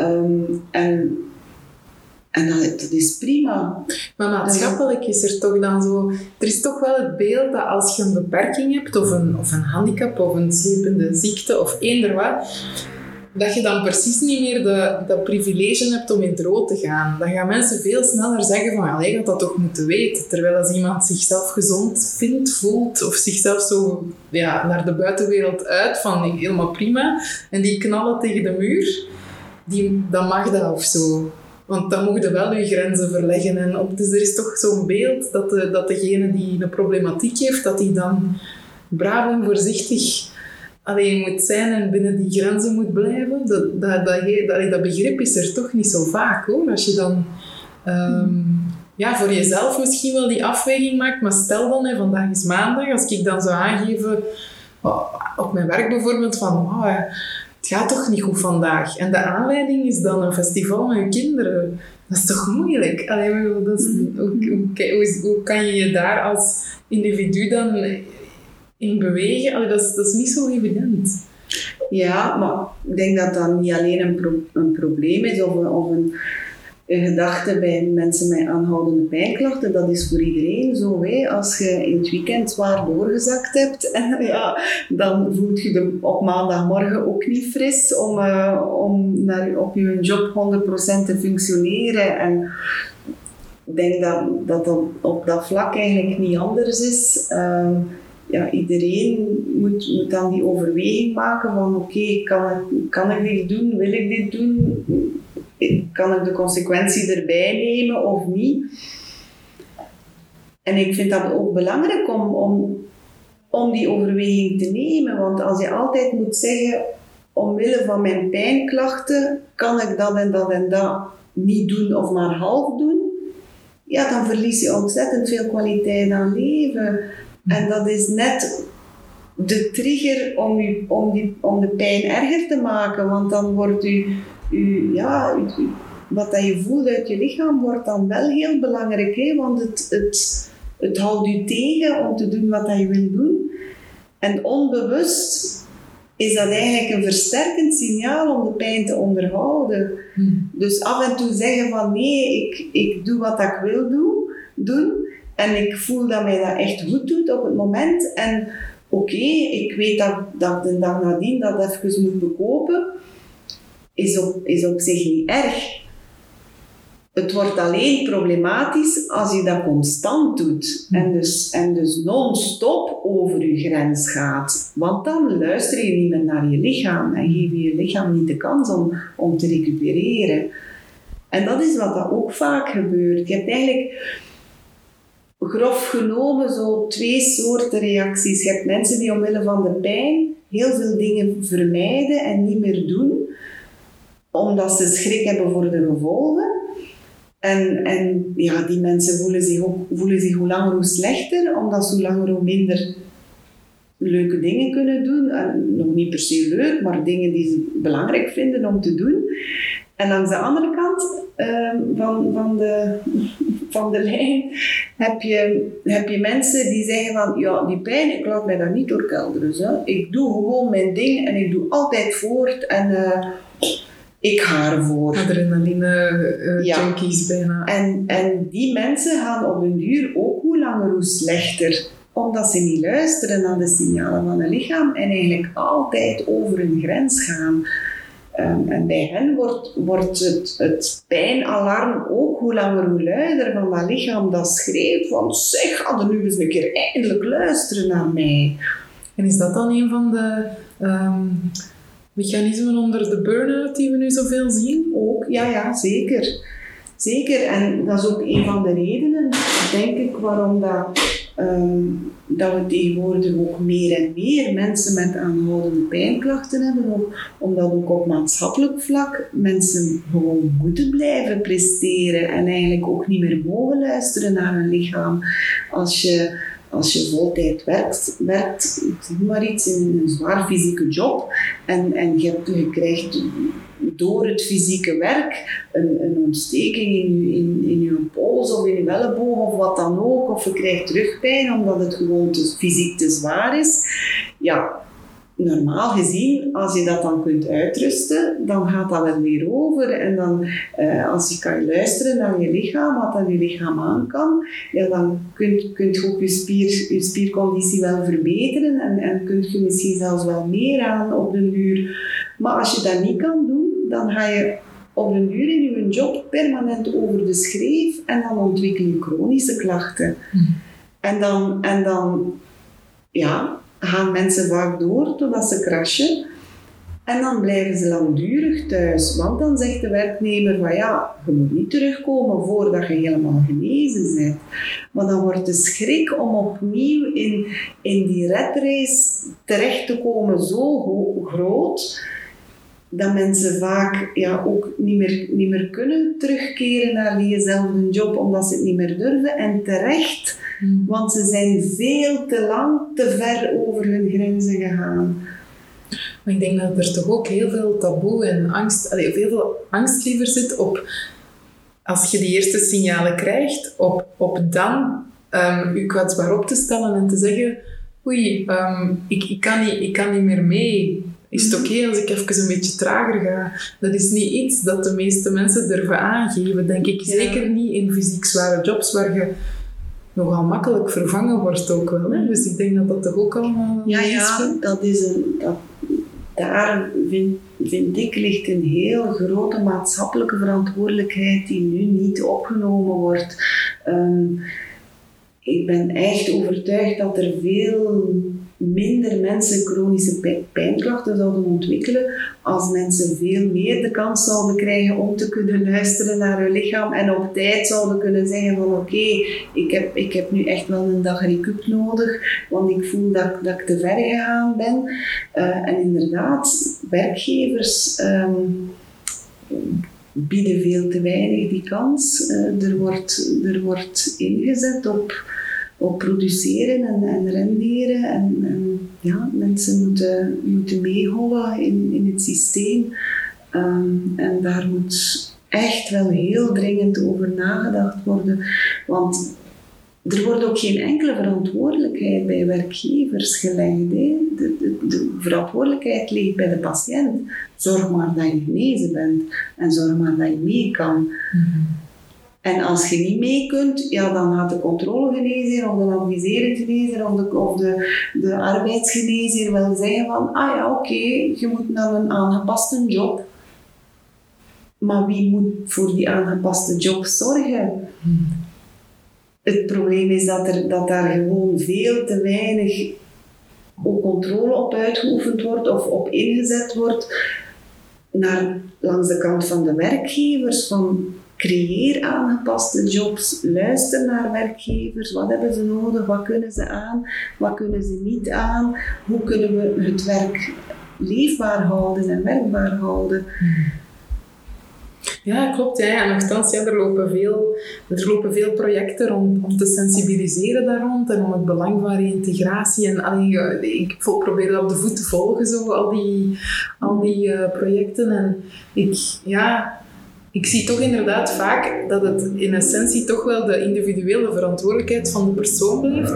En dat is prima. Maar maatschappelijk is er toch dan zo... Er is toch wel het beeld dat als je een beperking hebt of een handicap of een slepende ziekte of eender wat, dat je dan precies niet meer dat privilege hebt om in het rood te gaan. Dan gaan mensen veel sneller zeggen van, je gaat dat toch moeten weten. Terwijl als iemand zichzelf gezond vindt, voelt, of zichzelf zo naar de buitenwereld uit, van helemaal prima, en die knallen tegen de muur, dan mag dat of zo. Want dan moet je wel je grenzen verleggen. Dus er is toch zo'n beeld dat degene die een problematiek heeft, dat die dan braaf en voorzichtig alleen moet zijn en binnen die grenzen moet blijven. Dat begrip is er toch niet zo vaak, hoor. Als je dan voor jezelf misschien wel die afweging maakt, maar stel dan, vandaag is maandag, als ik dan zou aangeven op mijn werk bijvoorbeeld van het gaat toch niet goed vandaag. En de aanleiding is dan een festival met je kinderen. Dat is toch moeilijk? Hoe kan je je daar als individu dan in bewegen? Dat is niet zo evident. Ja, maar ik denk dat dat niet alleen een probleem is of een gedachte bij mensen met aanhoudende pijnklachten. Dat is voor iedereen zo. Als je in het weekend zwaar doorgezakt hebt, dan voelt je je op maandagmorgen ook niet fris om op je job 100% te functioneren. En ik denk dat op dat vlak eigenlijk niet anders is. iedereen moet dan die overweging maken van oké, kan ik dit doen, wil ik dit doen, kan ik de consequentie erbij nemen of niet. En ik vind dat ook belangrijk om die overweging te nemen, want als je altijd moet zeggen, omwille van mijn pijnklachten kan ik dat en dat en dat niet doen of maar half doen, ja, dan verlies je ontzettend veel kwaliteit aan leven. En dat is net de trigger om de pijn erger te maken, want dan wordt wat dat je voelt uit je lichaam wordt dan wel heel belangrijk, hè? Want het houdt je tegen om te doen wat dat je wil doen. En onbewust is dat eigenlijk een versterkend signaal om de pijn te onderhouden. Dus af en toe zeggen van nee, ik doe wat ik wil doen en ik voel dat mij dat echt goed doet op het moment. En oké, ik weet dat de dag nadien dat even moet bekopen, is op zich niet erg. Het wordt alleen problematisch als je dat constant doet en dus non-stop over je grens gaat. Want dan luister je niet meer naar je lichaam en geef je lichaam niet de kans om te recupereren. En dat is wat dat ook vaak gebeurt. Je hebt eigenlijk grof genomen zo 2 soorten reacties. Je hebt mensen die omwille van de pijn heel veel dingen vermijden en niet meer doen, omdat ze schrik hebben voor de gevolgen. En ja, die mensen voelen zich hoe langer hoe slechter, omdat ze hoe langer hoe minder leuke dingen kunnen doen. En nog niet per se leuk, maar dingen die ze belangrijk vinden om te doen. En langs de andere kant van de lijn heb je mensen die zeggen van ja, die pijn, ik laat mij daar niet door kelderen. Hè. Ik doe gewoon mijn ding en ik doe altijd voort en ik ga ervoor. Adrenaline junkies bijna. En die mensen gaan op den duur ook hoe langer hoe slechter, omdat ze niet luisteren naar de signalen van hun lichaam en eigenlijk altijd over hun grens gaan. En bij hen wordt het pijnalarm ook hoe langer hoe luider van dat lichaam dat schreeuwt van zeg, ga er nu eens een keer eindelijk luisteren naar mij. En is dat dan een van de mechanismen onder de burn-out die we nu zoveel zien? Ook, ja, zeker. Zeker, en dat is ook een van de redenen, denk ik, waarom dat we tegenwoordig ook meer en meer mensen met aanhoudende pijnklachten hebben, omdat ook op maatschappelijk vlak mensen gewoon moeten blijven presteren en eigenlijk ook niet meer mogen luisteren naar hun lichaam. Als je voltijd werkt, ik zeg maar iets, in een zwaar fysieke job en je krijgt door het fysieke werk een ontsteking in je pols of in je elleboog of wat dan ook, of je krijgt rugpijn omdat het gewoon fysiek te zwaar is. Ja, normaal gezien, als je dat dan kunt uitrusten, dan gaat dat wel weer over. En dan, als je kan luisteren naar je lichaam, wat dan je lichaam aan kan, ja, dan kunt je ook je spierconditie wel verbeteren en kunt je misschien zelfs wel meer aan op den duur. Maar als je dat niet kan doen, dan ga je op den duur in je job permanent over de schreef en dan ontwikkel je chronische klachten. En dan gaan mensen vaak door totdat ze crashen. En dan blijven ze langdurig thuis. Want dan zegt de werknemer van ja, je moet niet terugkomen voordat je helemaal genezen bent. Maar dan wordt de schrik om opnieuw in die redrace terecht te komen zo groot, dat mensen vaak ook niet meer kunnen terugkeren naar diezelfde job, omdat ze het niet meer durven. En terecht, want ze zijn veel te lang te ver over hun grenzen gegaan. Maar ik denk dat er toch ook heel veel taboe en angst, heel veel angst liever zit op, als je die eerste signalen krijgt, op dan je kwetsbaar op te stellen en te zeggen, oei, ik kan niet meer mee. Is het oké als ik even een beetje trager ga? Dat is niet iets dat de meeste mensen durven aangeven, denk ik. Zeker niet in fysiek zware jobs waar je nogal makkelijk vervangen wordt ook wel. Hè? Dus ik denk dat dat toch ook allemaal dat is daar vind ik ligt een heel grote maatschappelijke verantwoordelijkheid die nu niet opgenomen wordt. ik ben echt overtuigd dat er veel minder mensen chronische pijnklachten zouden ontwikkelen als mensen veel meer de kans zouden krijgen om te kunnen luisteren naar hun lichaam en op tijd zouden kunnen zeggen van oké, ik heb nu echt wel een dag recup nodig, want ik voel dat ik te ver gegaan ben. En inderdaad, werkgevers bieden veel te weinig die kans. Er wordt ingezet op produceren en renderen en ja, mensen moeten meehollen in het systeem. En daar moet echt wel heel dringend over nagedacht worden, want er wordt ook geen enkele verantwoordelijkheid bij werkgevers gelegd. De verantwoordelijkheid ligt bij de patiënt. Zorg maar dat je genezen bent en zorg maar dat je mee kan. Mm-hmm. En als je niet mee kunt, ja, dan gaat de controlegeneesheer of de adviserend geneesheer of de arbeidsgeneesheer wel zeggen van oké, je moet naar een aangepaste job. Maar wie moet voor die aangepaste job zorgen? Mm-hmm. Het probleem is dat daar gewoon veel te weinig ook controle op uitgeoefend wordt of op ingezet wordt langs de kant van de werkgevers. Van creëer aangepaste jobs, luister naar werkgevers, wat hebben ze nodig, wat kunnen ze aan, wat kunnen ze niet aan, hoe kunnen we het werk leefbaar houden en werkbaar houden. Ja, klopt. Ja. En nogthans, er lopen veel projecten om te sensibiliseren daar rond en om het belang van reïntegratie. En ik probeer dat op de voet te volgen, zo, al die projecten. En ik zie toch inderdaad vaak dat het in essentie toch wel de individuele verantwoordelijkheid van de persoon blijft.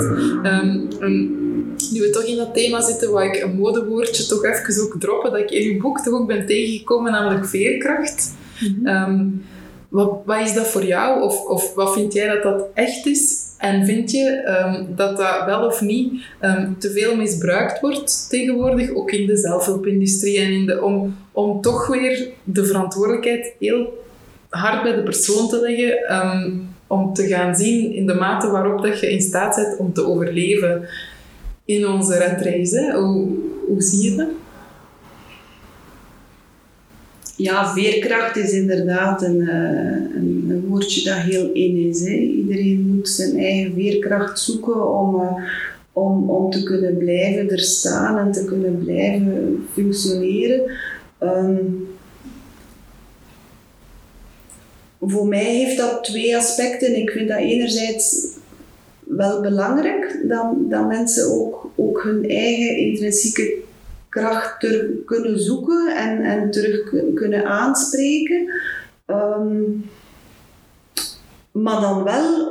Nu we toch in dat thema zitten, wou ik een modewoordje toch even ook droppen, dat ik in uw boek toch ook ben tegengekomen, namelijk veerkracht. Mm-hmm. Wat is dat voor jou? Of wat vind jij dat echt is? En vind je dat wel of niet te veel misbruikt wordt tegenwoordig, ook in de zelfhulpindustrie en om toch weer de verantwoordelijkheid heel hard bij de persoon te leggen, om te gaan zien in de mate waarop dat je in staat bent om te overleven in onze retrace. Hoe zie je dat? Ja, veerkracht is inderdaad een woordje dat heel in is. Hè. Iedereen moet zijn eigen veerkracht zoeken om te kunnen blijven er staan en te kunnen blijven functioneren. Voor mij heeft dat twee aspecten. Ik vind dat enerzijds wel belangrijk dat mensen ook hun eigen intrinsieke kracht kunnen zoeken en terug kunnen aanspreken. Maar dan wel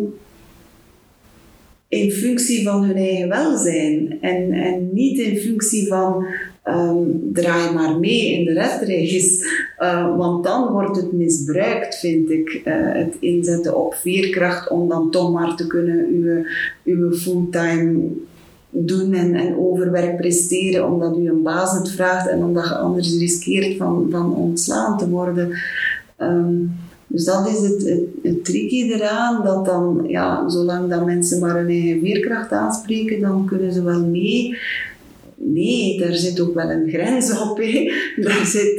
in functie van hun eigen welzijn en niet in functie van draai maar mee in de redrace, want dan wordt het misbruikt, vind ik, het inzetten op veerkracht om dan toch maar te kunnen uw fulltime doen en overwerk presteren omdat u een baas het vraagt en omdat je anders riskeert van ontslaan te worden. Dus dat is het tricky eraan, dat dan, ja, zolang dat mensen maar hun eigen veerkracht aanspreken, dan kunnen ze wel mee. Nee, daar zit ook wel een grens op. Daar zit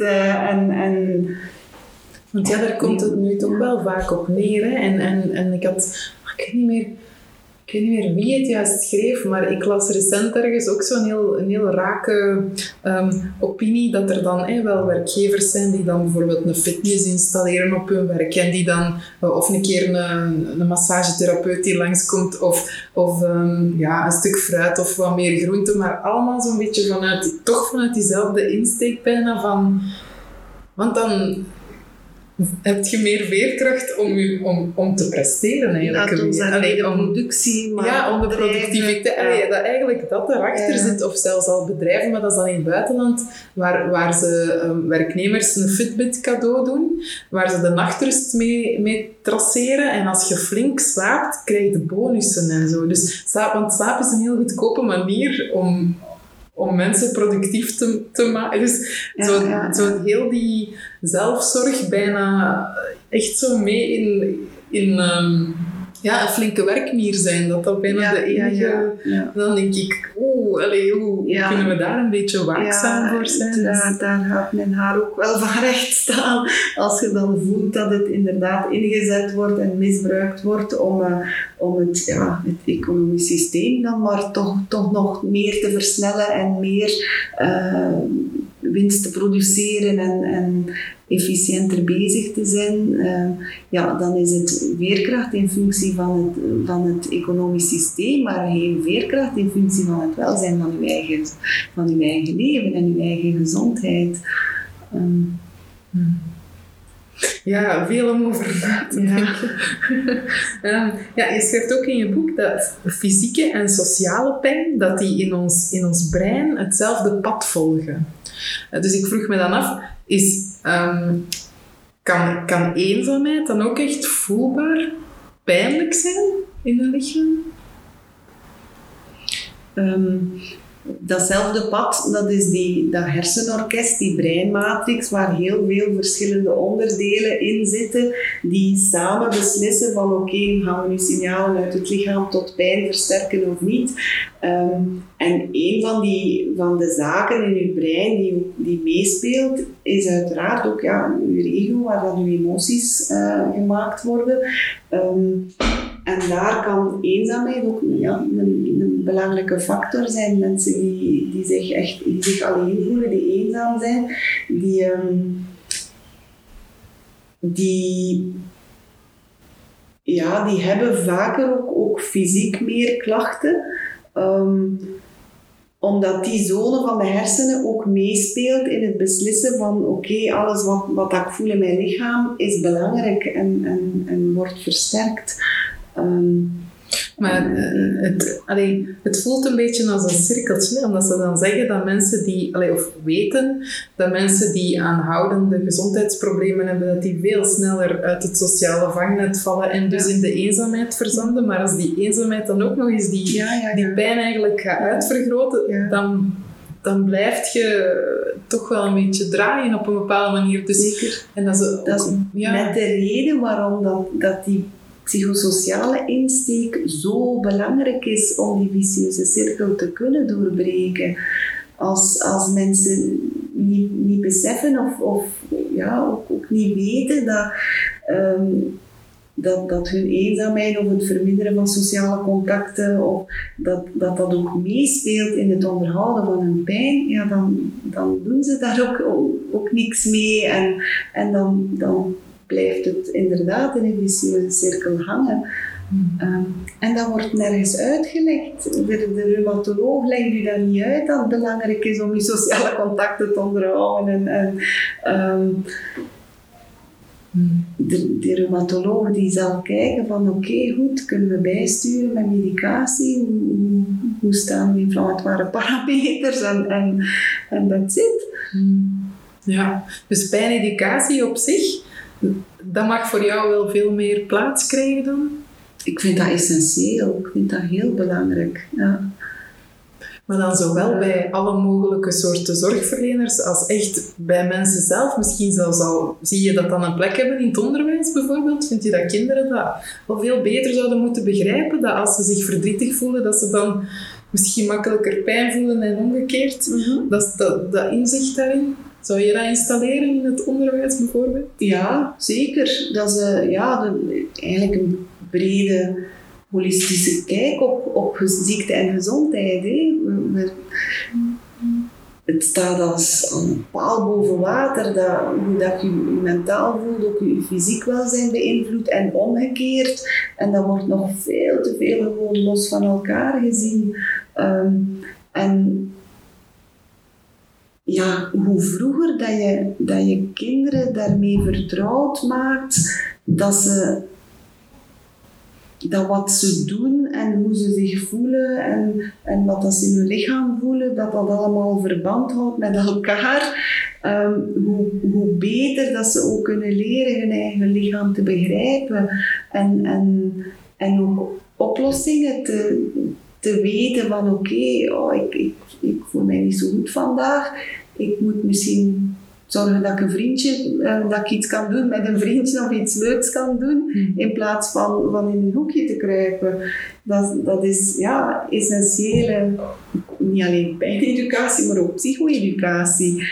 Want ja, daar komt het nu toch wel vaak op neer. Hè? En ik weet niet meer wie het juist schreef, maar ik las recent ergens ook zo'n heel rake opinie dat er dan wel werkgevers zijn die dan bijvoorbeeld een fitness installeren op hun werk en die dan, of een keer een massagetherapeut die langskomt of een stuk fruit of wat meer groente, maar allemaal zo'n beetje vanuit diezelfde insteek bijna van, want dan heb je meer veerkracht om te presteren eigenlijk. Om productie, maar om de productiviteit. Dat eigenlijk dat erachter zit, of zelfs al bedrijven, maar dat is dan in het buitenland, waar ze werknemers een Fitbit cadeau doen, waar ze de nachtrust mee traceren en als je flink slaapt, krijg je bonussen en zo. Dus want slaap is een heel goedkope manier om mensen productief te maken. Dus zo heel die zelfzorg bijna echt zo mee een flinke werkmier zijn. Dat bijna de enige... Ja. Dan denk ik, hoe kunnen we daar een beetje waakzaam voor zijn? Daar gaat mijn haar ook wel van recht staan. Als je dan voelt dat het inderdaad ingezet wordt en misbruikt wordt om het economisch systeem dan maar toch nog meer te versnellen en meer winst te produceren en efficiënter bezig te zijn, dan is het veerkracht in functie van het economisch systeem, maar geen veerkracht in functie van het welzijn van uw eigen leven en uw eigen gezondheid. Ja, veel om over na te denken. Je schrijft ook in je boek dat fysieke en sociale pijn, dat die in ons brein hetzelfde pad volgen. Dus ik vroeg me dan af, kan eenzaamheid dan ook echt voelbaar pijnlijk zijn in het lichaam? Datzelfde pad, dat is dat hersenorkest, die breinmatrix, waar heel veel verschillende onderdelen in zitten, die samen beslissen van oké, gaan we nu signalen uit het lichaam tot pijn versterken of niet. En een van de zaken in je brein die meespeelt, is uiteraard ook je ego, waar dan je emoties gemaakt worden. En daar kan eenzaamheid ook een belangrijke factor zijn. Mensen die zich alleen voelen, die eenzaam zijn, die hebben vaker ook fysiek meer klachten. Omdat die zone van de hersenen ook meespeelt in het beslissen van oké, alles wat ik voel in mijn lichaam is belangrijk en wordt versterkt. Maar het voelt een beetje als een cirkeltje, omdat ze dan zeggen dat mensen of weten dat mensen die aanhoudende gezondheidsproblemen hebben, dat die veel sneller uit het sociale vangnet vallen en dus in de eenzaamheid verzanden. Maar als die eenzaamheid dan ook nog eens die pijn eigenlijk gaat uitvergroten, dan blijf je toch wel een beetje draaien op een bepaalde manier. Dus, zeker. En dat is net de reden waarom dat die psychosociale insteek zo belangrijk is om die vicieuze cirkel te kunnen doorbreken. Als mensen niet beseffen of ook niet weten dat hun eenzaamheid of het verminderen van sociale contacten of dat ook meespeelt in het onderhouden van hun pijn, dan doen ze daar ook niks mee en dan blijft het inderdaad in een vicieuze cirkel hangen. En dat wordt nergens uitgelegd. De reumatoloog legt u dat niet uit dat het belangrijk is om je sociale contacten te onderhouden. De reumatoloog die zal kijken van oké, goed, kunnen we bijsturen met medicatie? Hoe staan de inflammatoire parameters? En that's it. Ja, dus pijneducatie op zich, dat mag voor jou wel veel meer plaats krijgen dan? Ik vind dat essentieel. Ik vind dat heel belangrijk. Ja. Maar dan zowel bij alle mogelijke soorten zorgverleners als echt bij mensen zelf. Misschien zelfs al zie je dat dan een plek hebben in het onderwijs bijvoorbeeld. Vind je dat kinderen dat wel veel beter zouden moeten begrijpen? Dat als ze zich verdrietig voelen, dat ze dan misschien makkelijker pijn voelen en omgekeerd. Mm-hmm. Dat inzicht daarin. Zou je dat installeren in het onderwijs bijvoorbeeld? Ja, zeker. Dat is eigenlijk een brede holistische kijk op ziekte en gezondheid. Het staat als een paal boven water, hoe dat je mentaal voelt, ook je fysiek welzijn beïnvloedt en omgekeerd. En dat wordt nog veel te veel gewoon los van elkaar gezien. Hoe vroeger dat je kinderen daarmee vertrouwd maakt, dat wat ze doen en hoe ze zich voelen en wat dat ze in hun lichaam voelen, dat allemaal verband houdt met elkaar. Hoe beter dat ze ook kunnen leren hun eigen lichaam te begrijpen en ook oplossingen te weten van ik voel mij niet zo goed vandaag. Ik moet misschien zorgen dat ik een vriendje, dat ik iets kan doen met een vriendje of iets leuks kan doen, in plaats van in een hoekje te kruipen. Dat is essentiële, niet alleen pijneducatie, maar ook psycho-educatie.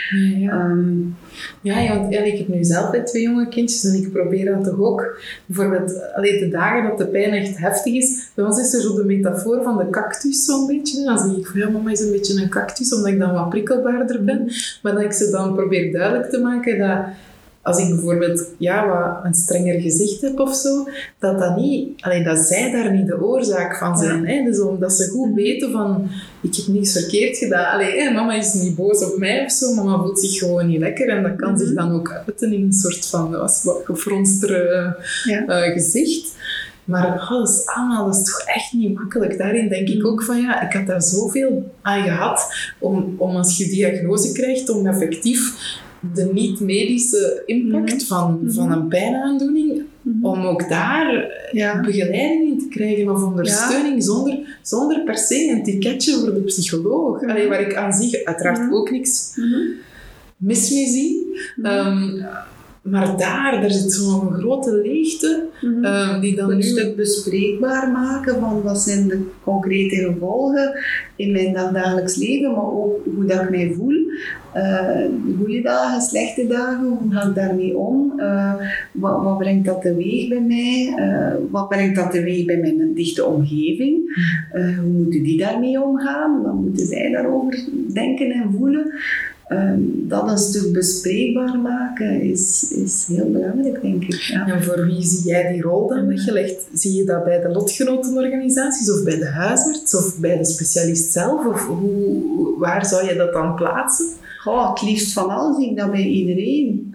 Want ik heb nu zelf 2 jonge kindjes en ik probeer dat toch ook. Bijvoorbeeld, de dagen dat de pijn echt heftig is, bij ons is er zo de metafoor van de cactus zo'n beetje. Dan zie ik van, mama is een beetje een cactus, omdat ik dan wat prikkelbaarder ben. Maar dat ik ze dan probeer duidelijk te maken dat als ik bijvoorbeeld wat een strenger gezicht heb of zo, dat niet, dat zij daar niet de oorzaak van zijn. Hè? Dus omdat ze goed weten van, ik heb niks verkeerd gedaan. Mama is niet boos op mij of zo, mama voelt zich gewoon niet lekker. En dat kan zich dan ook uiten in een soort van wat gefronster gezicht. Maar dat is toch echt niet makkelijk. Daarin denk ik ook van, ik had daar zoveel aan gehad om als je diagnose krijgt, om effectief de niet-medische impact van een pijnaandoening, om ook daar begeleiding in te krijgen of ondersteuning zonder per se een ticketje voor de psycholoog. Waar ik aan zich uiteraard ook niks mis mee zie. Maar daar zit zo'n grote leegte die dan een stuk bespreekbaar maken van wat zijn de concrete gevolgen in mijn dagelijks leven, maar ook hoe dat ik mij voel. Goede dagen, slechte dagen, hoe ga ik daarmee om? Wat brengt dat teweeg bij mij? Wat brengt dat teweeg bij mijn dichte omgeving? Hoe moeten die daarmee omgaan? Wat moeten zij daarover denken en voelen? Dat een stuk bespreekbaar maken is heel belangrijk, denk ik. Ja. En voor wie zie jij die rol dan weggelegd? Zie je dat bij de lotgenotenorganisaties of bij de huisarts of bij de specialist zelf? Of waar zou je dat dan plaatsen? Het liefst van alles zie ik dat bij iedereen.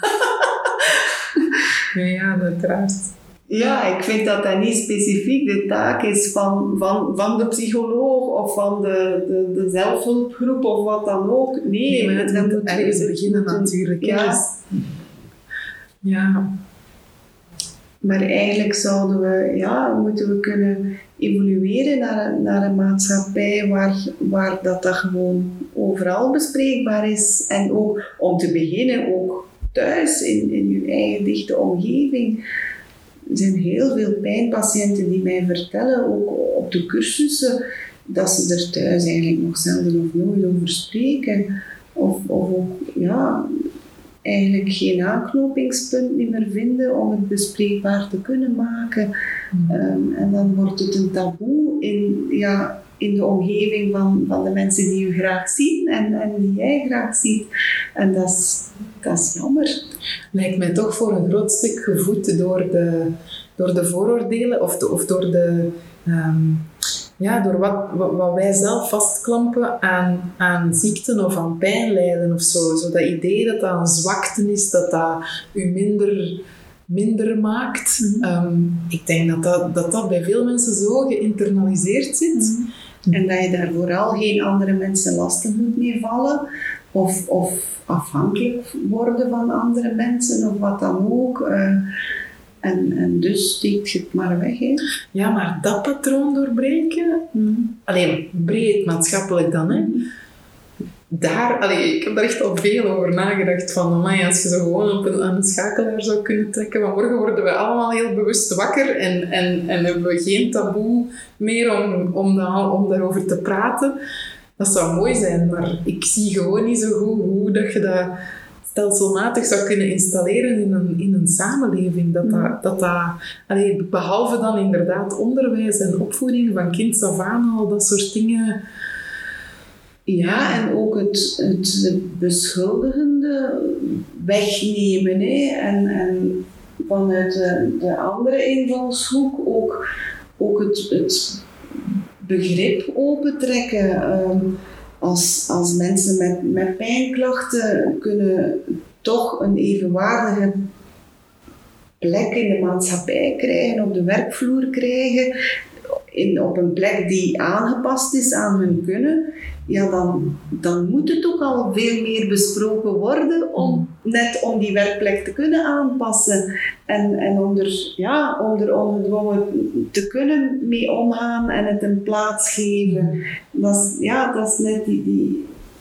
Ja, uiteraard. Ja, ik vind dat niet specifiek de taak is van de psycholoog of van de zelfhulpgroep of wat dan ook. Nee, maar het moet ergens beginnen natuurlijk. Ja. Maar eigenlijk moeten we kunnen evolueren naar een maatschappij waar dat gewoon overal bespreekbaar is. En ook om te beginnen, ook thuis in je eigen dichte omgeving. Er zijn heel veel pijnpatiënten die mij vertellen, ook op de cursussen, dat ze er thuis eigenlijk nog zelden of nooit over spreken. Of ook, eigenlijk geen aanknopingspunt meer vinden om het bespreekbaar te kunnen maken. En dan wordt het een taboe in de omgeving van de mensen die u graag zien en die jij graag ziet. En dat is jammer. Lijkt mij toch voor een groot stuk gevoed door de vooroordelen of door door wat wij zelf vastklampen aan ziekten of aan pijnlijden of zo. Zo dat idee dat een zwakte is, dat u minder maakt. Ik denk dat bij veel mensen zo geïnternaliseerd zit. En dat je daar vooral geen andere mensen lastig moet mee vallen of afhankelijk worden van andere mensen of wat dan ook. En dus steekt je het maar weg. Hè? Ja, maar dat patroon doorbreken, alleen breed maatschappelijk dan, hè. Ik heb daar echt al veel over nagedacht van, als je zo gewoon aan een schakelaar zou kunnen trekken, van morgen worden we allemaal heel bewust wakker en hebben we geen taboe meer om daarover te praten. Dat zou mooi zijn, maar ik zie gewoon niet zo goed hoe dat je dat stelselmatig zou kunnen installeren in een samenleving. Behalve dan inderdaad onderwijs en opvoeding van kinds af aan, al dat soort dingen. Ja, en ook het beschuldigende wegnemen. Hè? En vanuit de andere invalshoek ook het begrip opentrekken. Als mensen met pijnklachten kunnen toch een evenwaardige plek in de maatschappij krijgen, op de werkvloer krijgen, op een plek die aangepast is aan hun kunnen, dan moet het ook al veel meer besproken worden om die werkplek te kunnen aanpassen en onder ongedwongen te kunnen mee omgaan en het een plaats geven. Dat is net die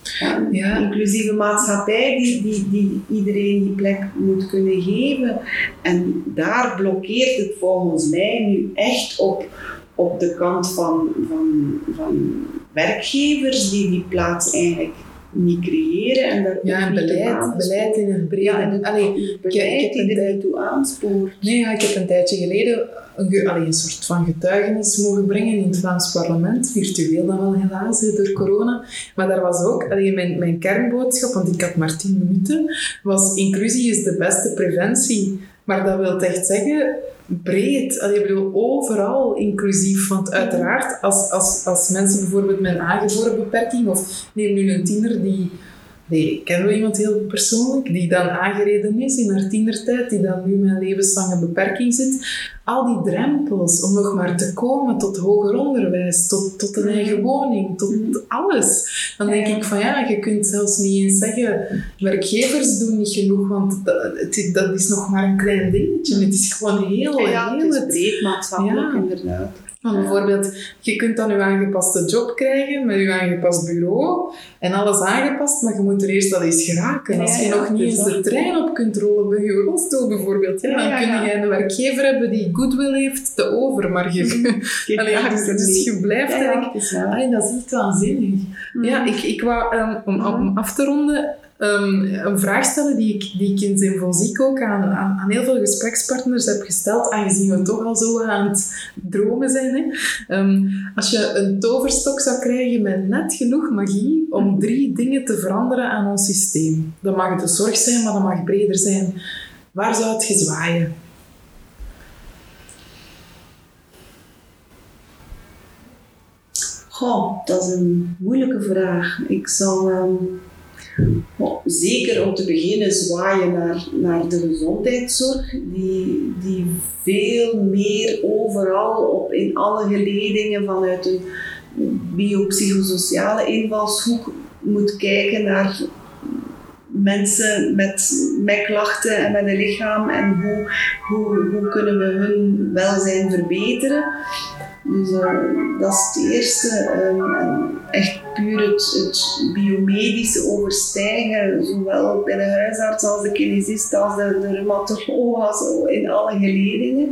Een inclusieve maatschappij die iedereen die plek moet kunnen geven. En daar blokkeert het volgens mij nu echt op de kant van werkgevers die plaats eigenlijk niet creëren en daar beleid in het brede. Beleid die er niet toe aanspoort. Nee, ik heb een tijdje geleden een soort van getuigenis mogen brengen in het Vlaams parlement, virtueel dan wel helaas, door corona. Maar daar was ook, mijn kernboodschap, want ik had maar 10 minuten, was inclusie is de beste preventie. Maar dat wil echt zeggen, breed. Ik bedoel, overal inclusief. Want uiteraard, als mensen bijvoorbeeld met een aangeboren beperking, of neem nu een tiener ik ken wel iemand heel persoonlijk, die dan aangereden is in haar tienertijd, die dan nu met een levenslange beperking zit. Al die drempels om nog maar te komen tot hoger onderwijs, tot een eigen woning, tot alles. Dan denk ik van je kunt zelfs niet eens zeggen, werkgevers doen niet genoeg, want dat is nog maar een klein dingetje. Het is gewoon het is breed maatschappelijk inderdaad. Want bijvoorbeeld, je kunt dan je aangepaste job krijgen met je aangepast bureau en alles aangepast, maar je moet er eerst al eens geraken. Als je nog niet eens de trein op kunt rollen bij je rolstoel bijvoorbeeld, dan kun je een werkgever hebben die goodwill heeft te over, maar dus je blijft eigenlijk... dat is echt waanzinnig. Ja, ik wou, om af te ronden, een vraag stellen die ik in Zinvolziek ook aan heel veel gesprekspartners heb gesteld, aangezien we toch al zo aan het dromen zijn. Hè. Als je een toverstok zou krijgen met net genoeg magie om 3 dingen te veranderen aan ons systeem. Dat mag de zorg zijn, maar dat mag breder zijn. Waar zou het zwaaien? Dat is een moeilijke vraag. Ik zal... zeker om te beginnen zwaaien naar de gezondheidszorg, die veel meer overal in alle geledingen vanuit een biopsychosociale invalshoek moet kijken naar mensen met klachten en met een lichaam en hoe kunnen we hun welzijn verbeteren. Dus dat is het eerste. En echt puur het biomedische overstijgen, zowel bij de huisarts als de kinesist als de reumatoloog, als in alle geledingen.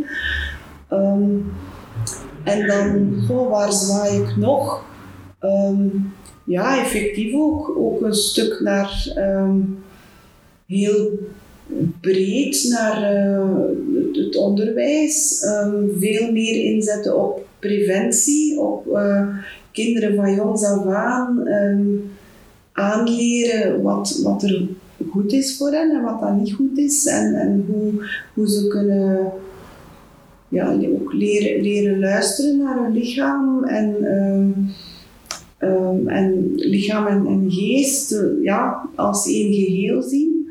En dan, waar zwaai ik nog? Effectief ook een stuk naar heel breed naar het onderwijs. Veel meer inzetten op preventie, op kinderen van jongs af aan aanleren wat er goed is voor hen en wat dan niet goed is en hoe ze kunnen ook leren luisteren naar hun lichaam en lichaam en geest als één geheel zien.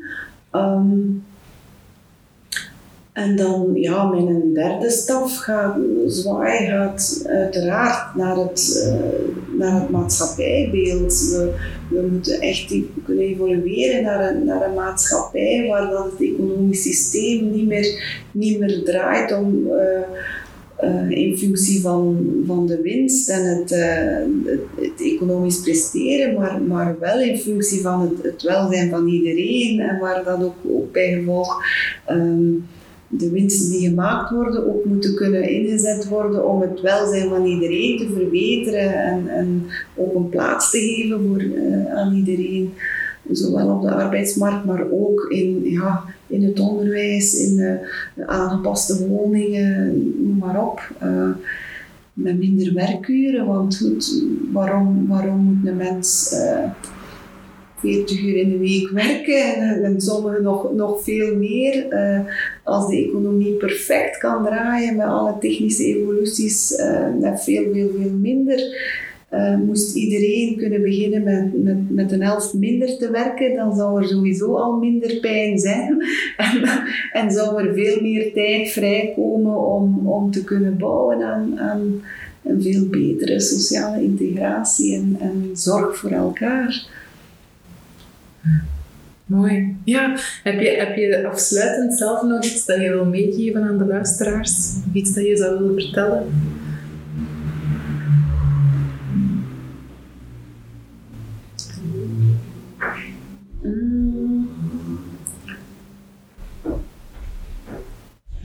En dan, mijn derde stap gaat uiteraard naar het maatschappijbeeld. We moeten echt kunnen evolueren naar een maatschappij waar dat het economisch systeem niet meer draait om in functie van de winst en het economisch presteren, maar wel in functie van het welzijn van iedereen en waar dat ook bij gevolg de winsten die gemaakt worden ook moeten kunnen ingezet worden om het welzijn van iedereen te verbeteren en ook een plaats te geven aan iedereen. Zowel op de arbeidsmarkt, maar ook in het onderwijs, in de aangepaste woningen, noem maar op. Met minder werkuren, want goed, waarom moet een mens 40 uur in de week werken en sommigen nog veel meer. Als de economie perfect kan draaien met alle technische evoluties, met veel minder. Moest iedereen kunnen beginnen met een helft minder te werken, dan zou er sowieso al minder pijn zijn. En zou er veel meer tijd vrijkomen om te kunnen bouwen aan een veel betere sociale integratie en zorg voor elkaar. Mooi. Ja, heb je afsluitend zelf nog iets dat je wil meegeven aan de luisteraars? Of iets dat je zou willen vertellen?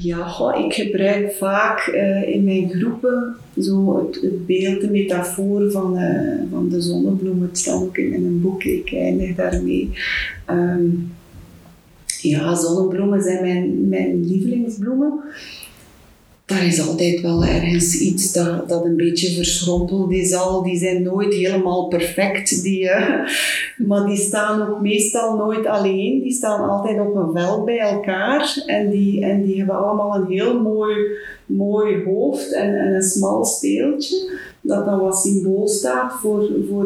Ja, ik gebruik vaak in mijn groepen zo het beeld, de metafoor van de zonnebloem. Het staat ook in een boek, ik eindig daarmee. Zonnebloemen zijn mijn lievelingsbloemen. Daar is altijd wel ergens iets dat een beetje verschrompeld is al. Die zijn nooit helemaal perfect. Maar die staan ook meestal nooit alleen. Die staan altijd op een veld bij elkaar. En die hebben allemaal een heel mooi hoofd en een smal steeltje. Dat dan wat symbool staat voor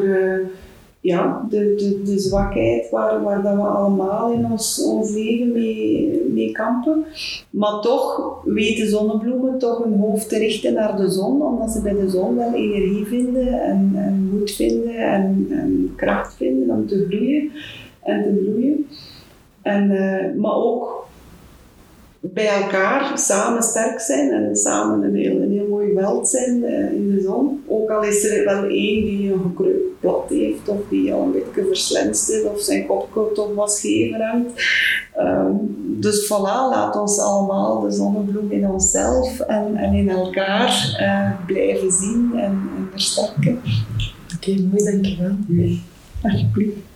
de zwakheid waar dat we allemaal in ons leven mee kampen. Maar toch weten zonnebloemen toch hun hoofd te richten naar de zon, omdat ze bij de zon wel energie vinden en moed vinden en kracht vinden om te groeien en te bloeien. Maar ook bij elkaar samen sterk zijn en samen een heel mooi veld zijn in de zon. Ook al is er wel één die een gekreukt blad heeft of die al een beetje verslenst is of zijn kopje toch wat schever hangt. Dus voilà, laat ons allemaal de zonnebloem in onszelf en in elkaar blijven zien en versterken. Oké, mooi, dankjewel. Alsjeblieft.